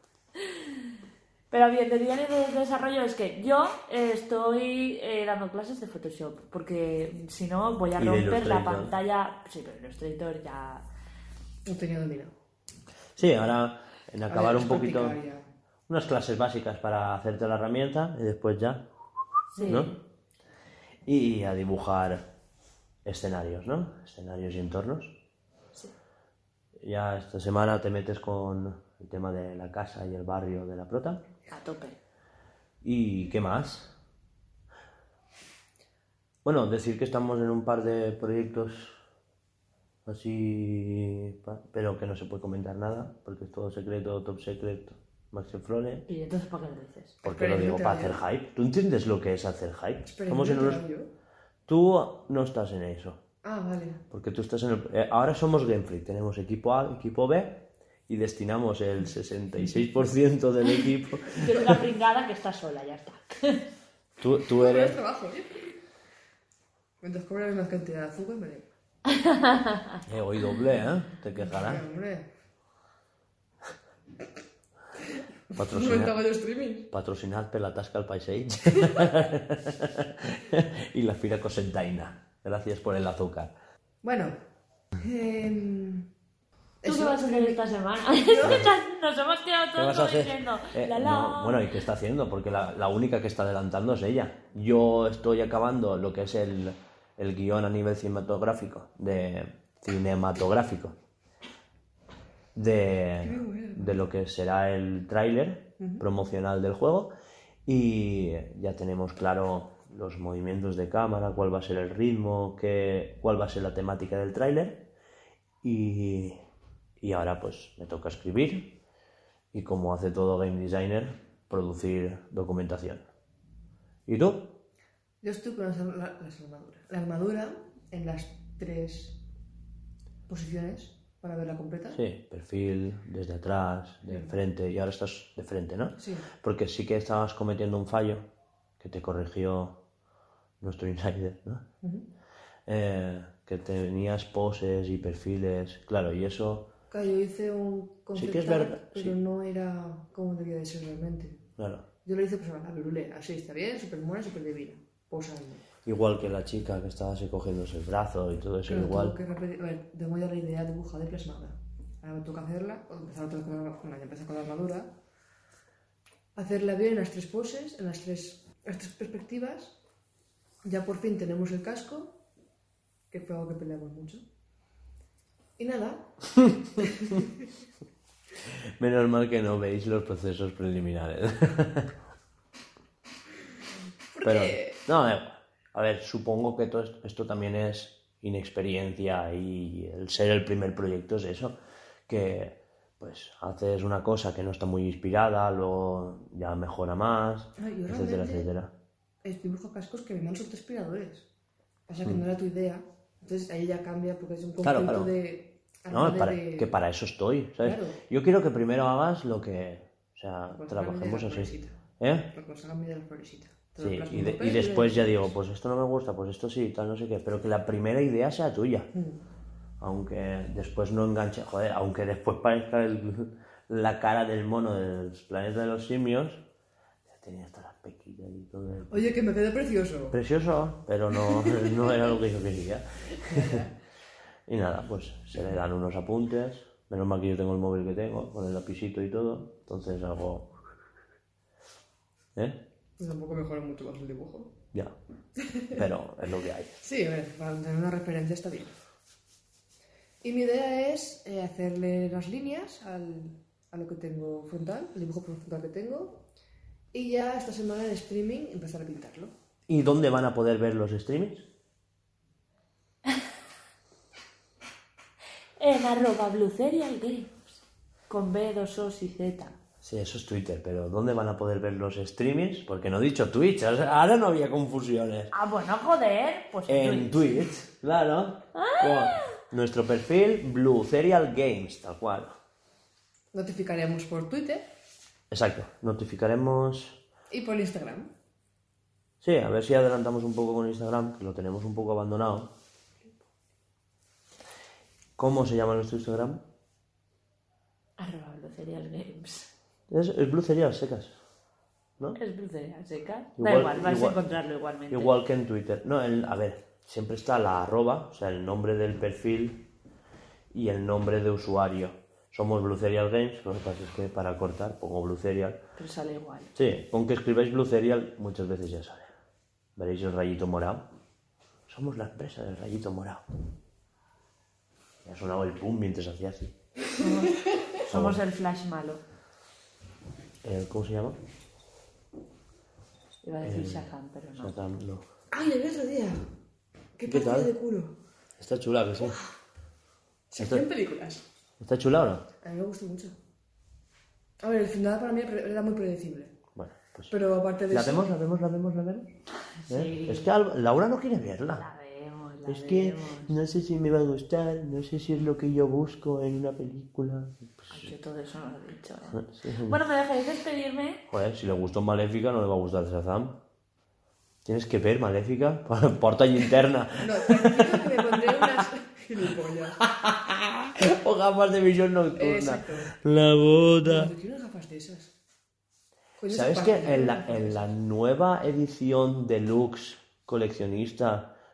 Pero bien, de diario de desarrollo es que yo eh, estoy eh, dando clases de Photoshop, porque si no voy a Y de romper la Illustrator. pantalla. Sí, pero Illustrator ya. No tenía dominado. Sí, ahora en acabar A ver, un es poquito... practicar ya. Unas clases básicas para hacerte la herramienta y después ya, Sí. ¿no? Y a dibujar escenarios, ¿no? Escenarios y entornos. Sí. Ya esta semana te metes con el tema de la casa y el barrio de la prota. A tope. ¿Y qué más? Bueno, decir que estamos en un par de proyectos así, pa- pero que no se puede comentar nada, porque es todo secreto, top secret, Max Flore. ¿Y entonces para qué lo dices? ¿Por qué lo digo? Experimenta Para hacer ya. hype. ¿Tú entiendes lo que es hacer hype? Estamos en Experimenta unos... yo. Tú no estás en eso, Ah, vale. porque tú estás en el... eh, ahora somos Game Freak, tenemos equipo A, equipo B, y destinamos el sesenta y seis por ciento del equipo. Yo soy una pringada que está sola, ya está. Tú, tú Pero es eres... trabajo, ¿eh? Mientras cobras más cantidad de azúcar, me alegro. Eh, hoy doble, ¿eh? Te quejarás. Hombre, hombre. No Patrocina... estaba yo streaming. Patrocinat per la tasca al paisatge y la fira cosentaina. Gracias por el azúcar. Bueno, em, ¿Tú Eso- qué vas a hacer esta semana? Nos hemos quedado ¿Qué todos vas a hacer? diciendo, Eh, la, la. no, bueno, ¿y qué está haciendo? Porque la, la única que está adelantando es ella. Yo estoy acabando lo que es el, el guión a nivel cinematográfico, de cinematográfico, de, de lo que será el tráiler promocional del juego, y ya tenemos claro los movimientos de cámara, cuál va a ser el ritmo, qué, cuál va a ser la temática del tráiler, y, y ahora pues me toca escribir y, como hace todo game designer, producir documentación. ¿Y tú? Yo estoy con las, la- las armaduras. La armadura en las tres posiciones para verla completa. Sí, perfil, desde atrás, de frente, y ahora estás de frente, ¿no? Sí. Porque sí que estabas cometiendo un fallo que te corrigió nuestro insider, ¿no? Ujú. Eh, que tenías poses y perfiles, claro, y eso, Claro, yo hice un concept Sí que es art, verdad, pero sí. no era como debía de ser realmente. claro, Yo lo hice pues a la virulé, así está bien, súper mona, súper divina. Posando. igual que la chica que estaba así cogiéndose el brazo y todo eso, Pero igual. tengo que repetir, a ver, tengo ya la idea dibujada y plasmada. Ahora me toca hacerla, o empezar otra vez con la, bueno, ya empecé con la armadura. Hacerla bien en las tres poses, en las tres, las tres perspectivas. Ya por fin tenemos el casco, que fue algo que peleamos mucho. Y nada, Menos mal que no veis los procesos preliminares. Pero, qué? no, eh, a ver, supongo que todo esto, esto también es inexperiencia, y el ser el primer proyecto es eso, que pues haces una cosa que no está muy inspirada, luego ya mejora más, Ay, yo etcétera, realmente- etcétera. es dibujo cascos que me han soltado inspiradores. Pasa que Mm. no era tu idea, entonces ahí ya cambia porque es un Claro, concepto claro. de... No, armar para- de- que para eso estoy, ¿sabes? Claro. Yo quiero que primero hagas lo que, o sea, Pues trabajemos hágame de la así. florecita. ¿Eh? Lo que os haga a mí de la florecita. Te lo Sí, plasmo y, en de- papel y después le ya dices. digo, pues esto no me gusta, pues esto sí, tal, no sé qué, pero que la primera idea sea tuya. Mm. Aunque después no enganche, joder, aunque después parezca el- la cara del mono del planeta de los simios, ya tenía hasta las pequitas y todo. el- Oye, que me quedé precioso. Precioso, pero no, no era lo que yo quería. Y nada, pues se le dan unos apuntes. Menos mal que yo tengo el móvil que tengo, con el lapicito y todo. Entonces hago... ¿Eh? Tampoco mejora mucho más el dibujo. Ya. Pero es lo que hay. Sí, a ver, para tener una referencia está bien. Y mi idea es eh, hacerle las líneas al, a lo que tengo frontal, el dibujo frontal que tengo, y ya esta semana en streaming empezar a pintarlo. ¿Y dónde van a poder ver los streamings? En arroba Blue Serial Games. Con B, dos O's y Z. Sí, eso es Twitter, pero ¿dónde van a poder ver los streamings? Porque no he dicho Twitch, o sea, ahora no había confusiones. Ah, bueno, joder. Pues en En Twitch. Twitch, claro. Con nuestro perfil Blue Serial Games, tal cual. Notificaremos por Twitter Exacto, notificaremos... y por Instagram. Sí, a ver si adelantamos un poco con Instagram, que lo tenemos un poco abandonado. ¿Cómo se llama nuestro Instagram? Arroba Blue Serial Games. Es, es Blue Serial Secas, ¿no? Es Blue Serial Seca. Igual- Da igual, vais igual- a encontrarlo igualmente. Igual que en Twitter. No, el, a ver, siempre está la arroba, o sea, el nombre del perfil y el nombre de usuario. Somos Blue Serial Games, lo que pasa es que para cortar pongo Blue Serial. Pero sale igual. Sí, aunque escribáis Blue Serial, muchas veces ya sale. Veréis el rayito morado. Somos la empresa del rayito morado. Me ha sonado el pum mientras hacía así. Somos, somos el Flash malo. Eh, ¿Cómo se llama? Iba a decir Shazam, pero no. Shazam, no. ¡Ay, la vi otro día! ¡Qué, ¿Qué partida tal? de culo! Está chula, que sí. ¿Se hacen películas? ¿Está chula o no? A mí me gustó mucho. A ver, el final para mí era muy predecible. Bueno, pues... Pero aparte de ¿La eso... vemos, la vemos, la vemos, la vemos? ¿Eh? Sí. Es que Alba- Laura no quiere verla. La vemos, la Es que vemos. no sé si me va a gustar, no sé si es lo que yo busco en una película. Pues, Ay, yo todo eso no lo he dicho, ¿eh? sí. Bueno, ¿me dejáis despedirme? Joder, si le gustó Maléfica, no le va a gustar Shazam. Tienes que ver Maléfica, porta linterna No, tranquilo que me pondré unas gilipollas. o gafas de visión nocturna. Exacto. La boda. Yo quiero unas gafas de esas. Coño, ¿Sabes esa que parte, en la, gafas de en la esas. nueva edición deluxe coleccionista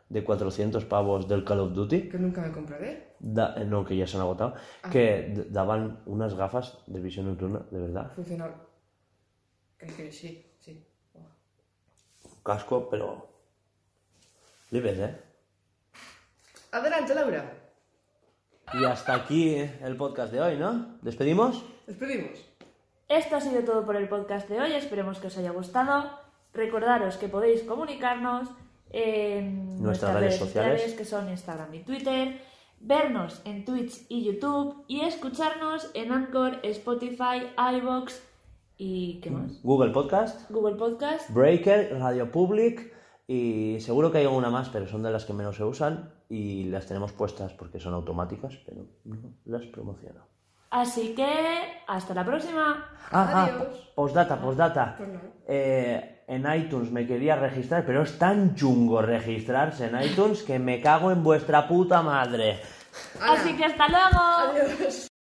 de cuatrocientos pavos del Call of Duty. Que nunca me compraré. Da- eh, no, que ya se han agotado. Ah. Que d- daban unas gafas de visión nocturna, de verdad. Funcionaba. Que, que sí, sí. Buah. Casco, pero... Libres, ¿eh? Adelante, Laura. Y hasta aquí el podcast de hoy, ¿no? ¿Despedimos? Despedimos. Esto ha sido todo por el podcast de hoy, esperemos que os haya gustado. Recordaros que podéis comunicarnos en Nuestras redes sociales. que son Instagram y Twitter, vernos en Twitch y YouTube y escucharnos en Anchor, Spotify, iVoox y ¿qué más? Google Podcast, Google Podcast. Breaker, Radio Public y seguro que hay alguna más, pero son de las que menos se usan y las tenemos puestas porque son automáticas, pero no las promociono. Así que hasta la próxima. Ah, ah, Adiós. postdata, postdata. Pues no. Eh, en iTunes me quería registrar, pero es tan chungo registrarse en iTunes que me cago en vuestra puta madre. Ana. Así que hasta luego. Adiós.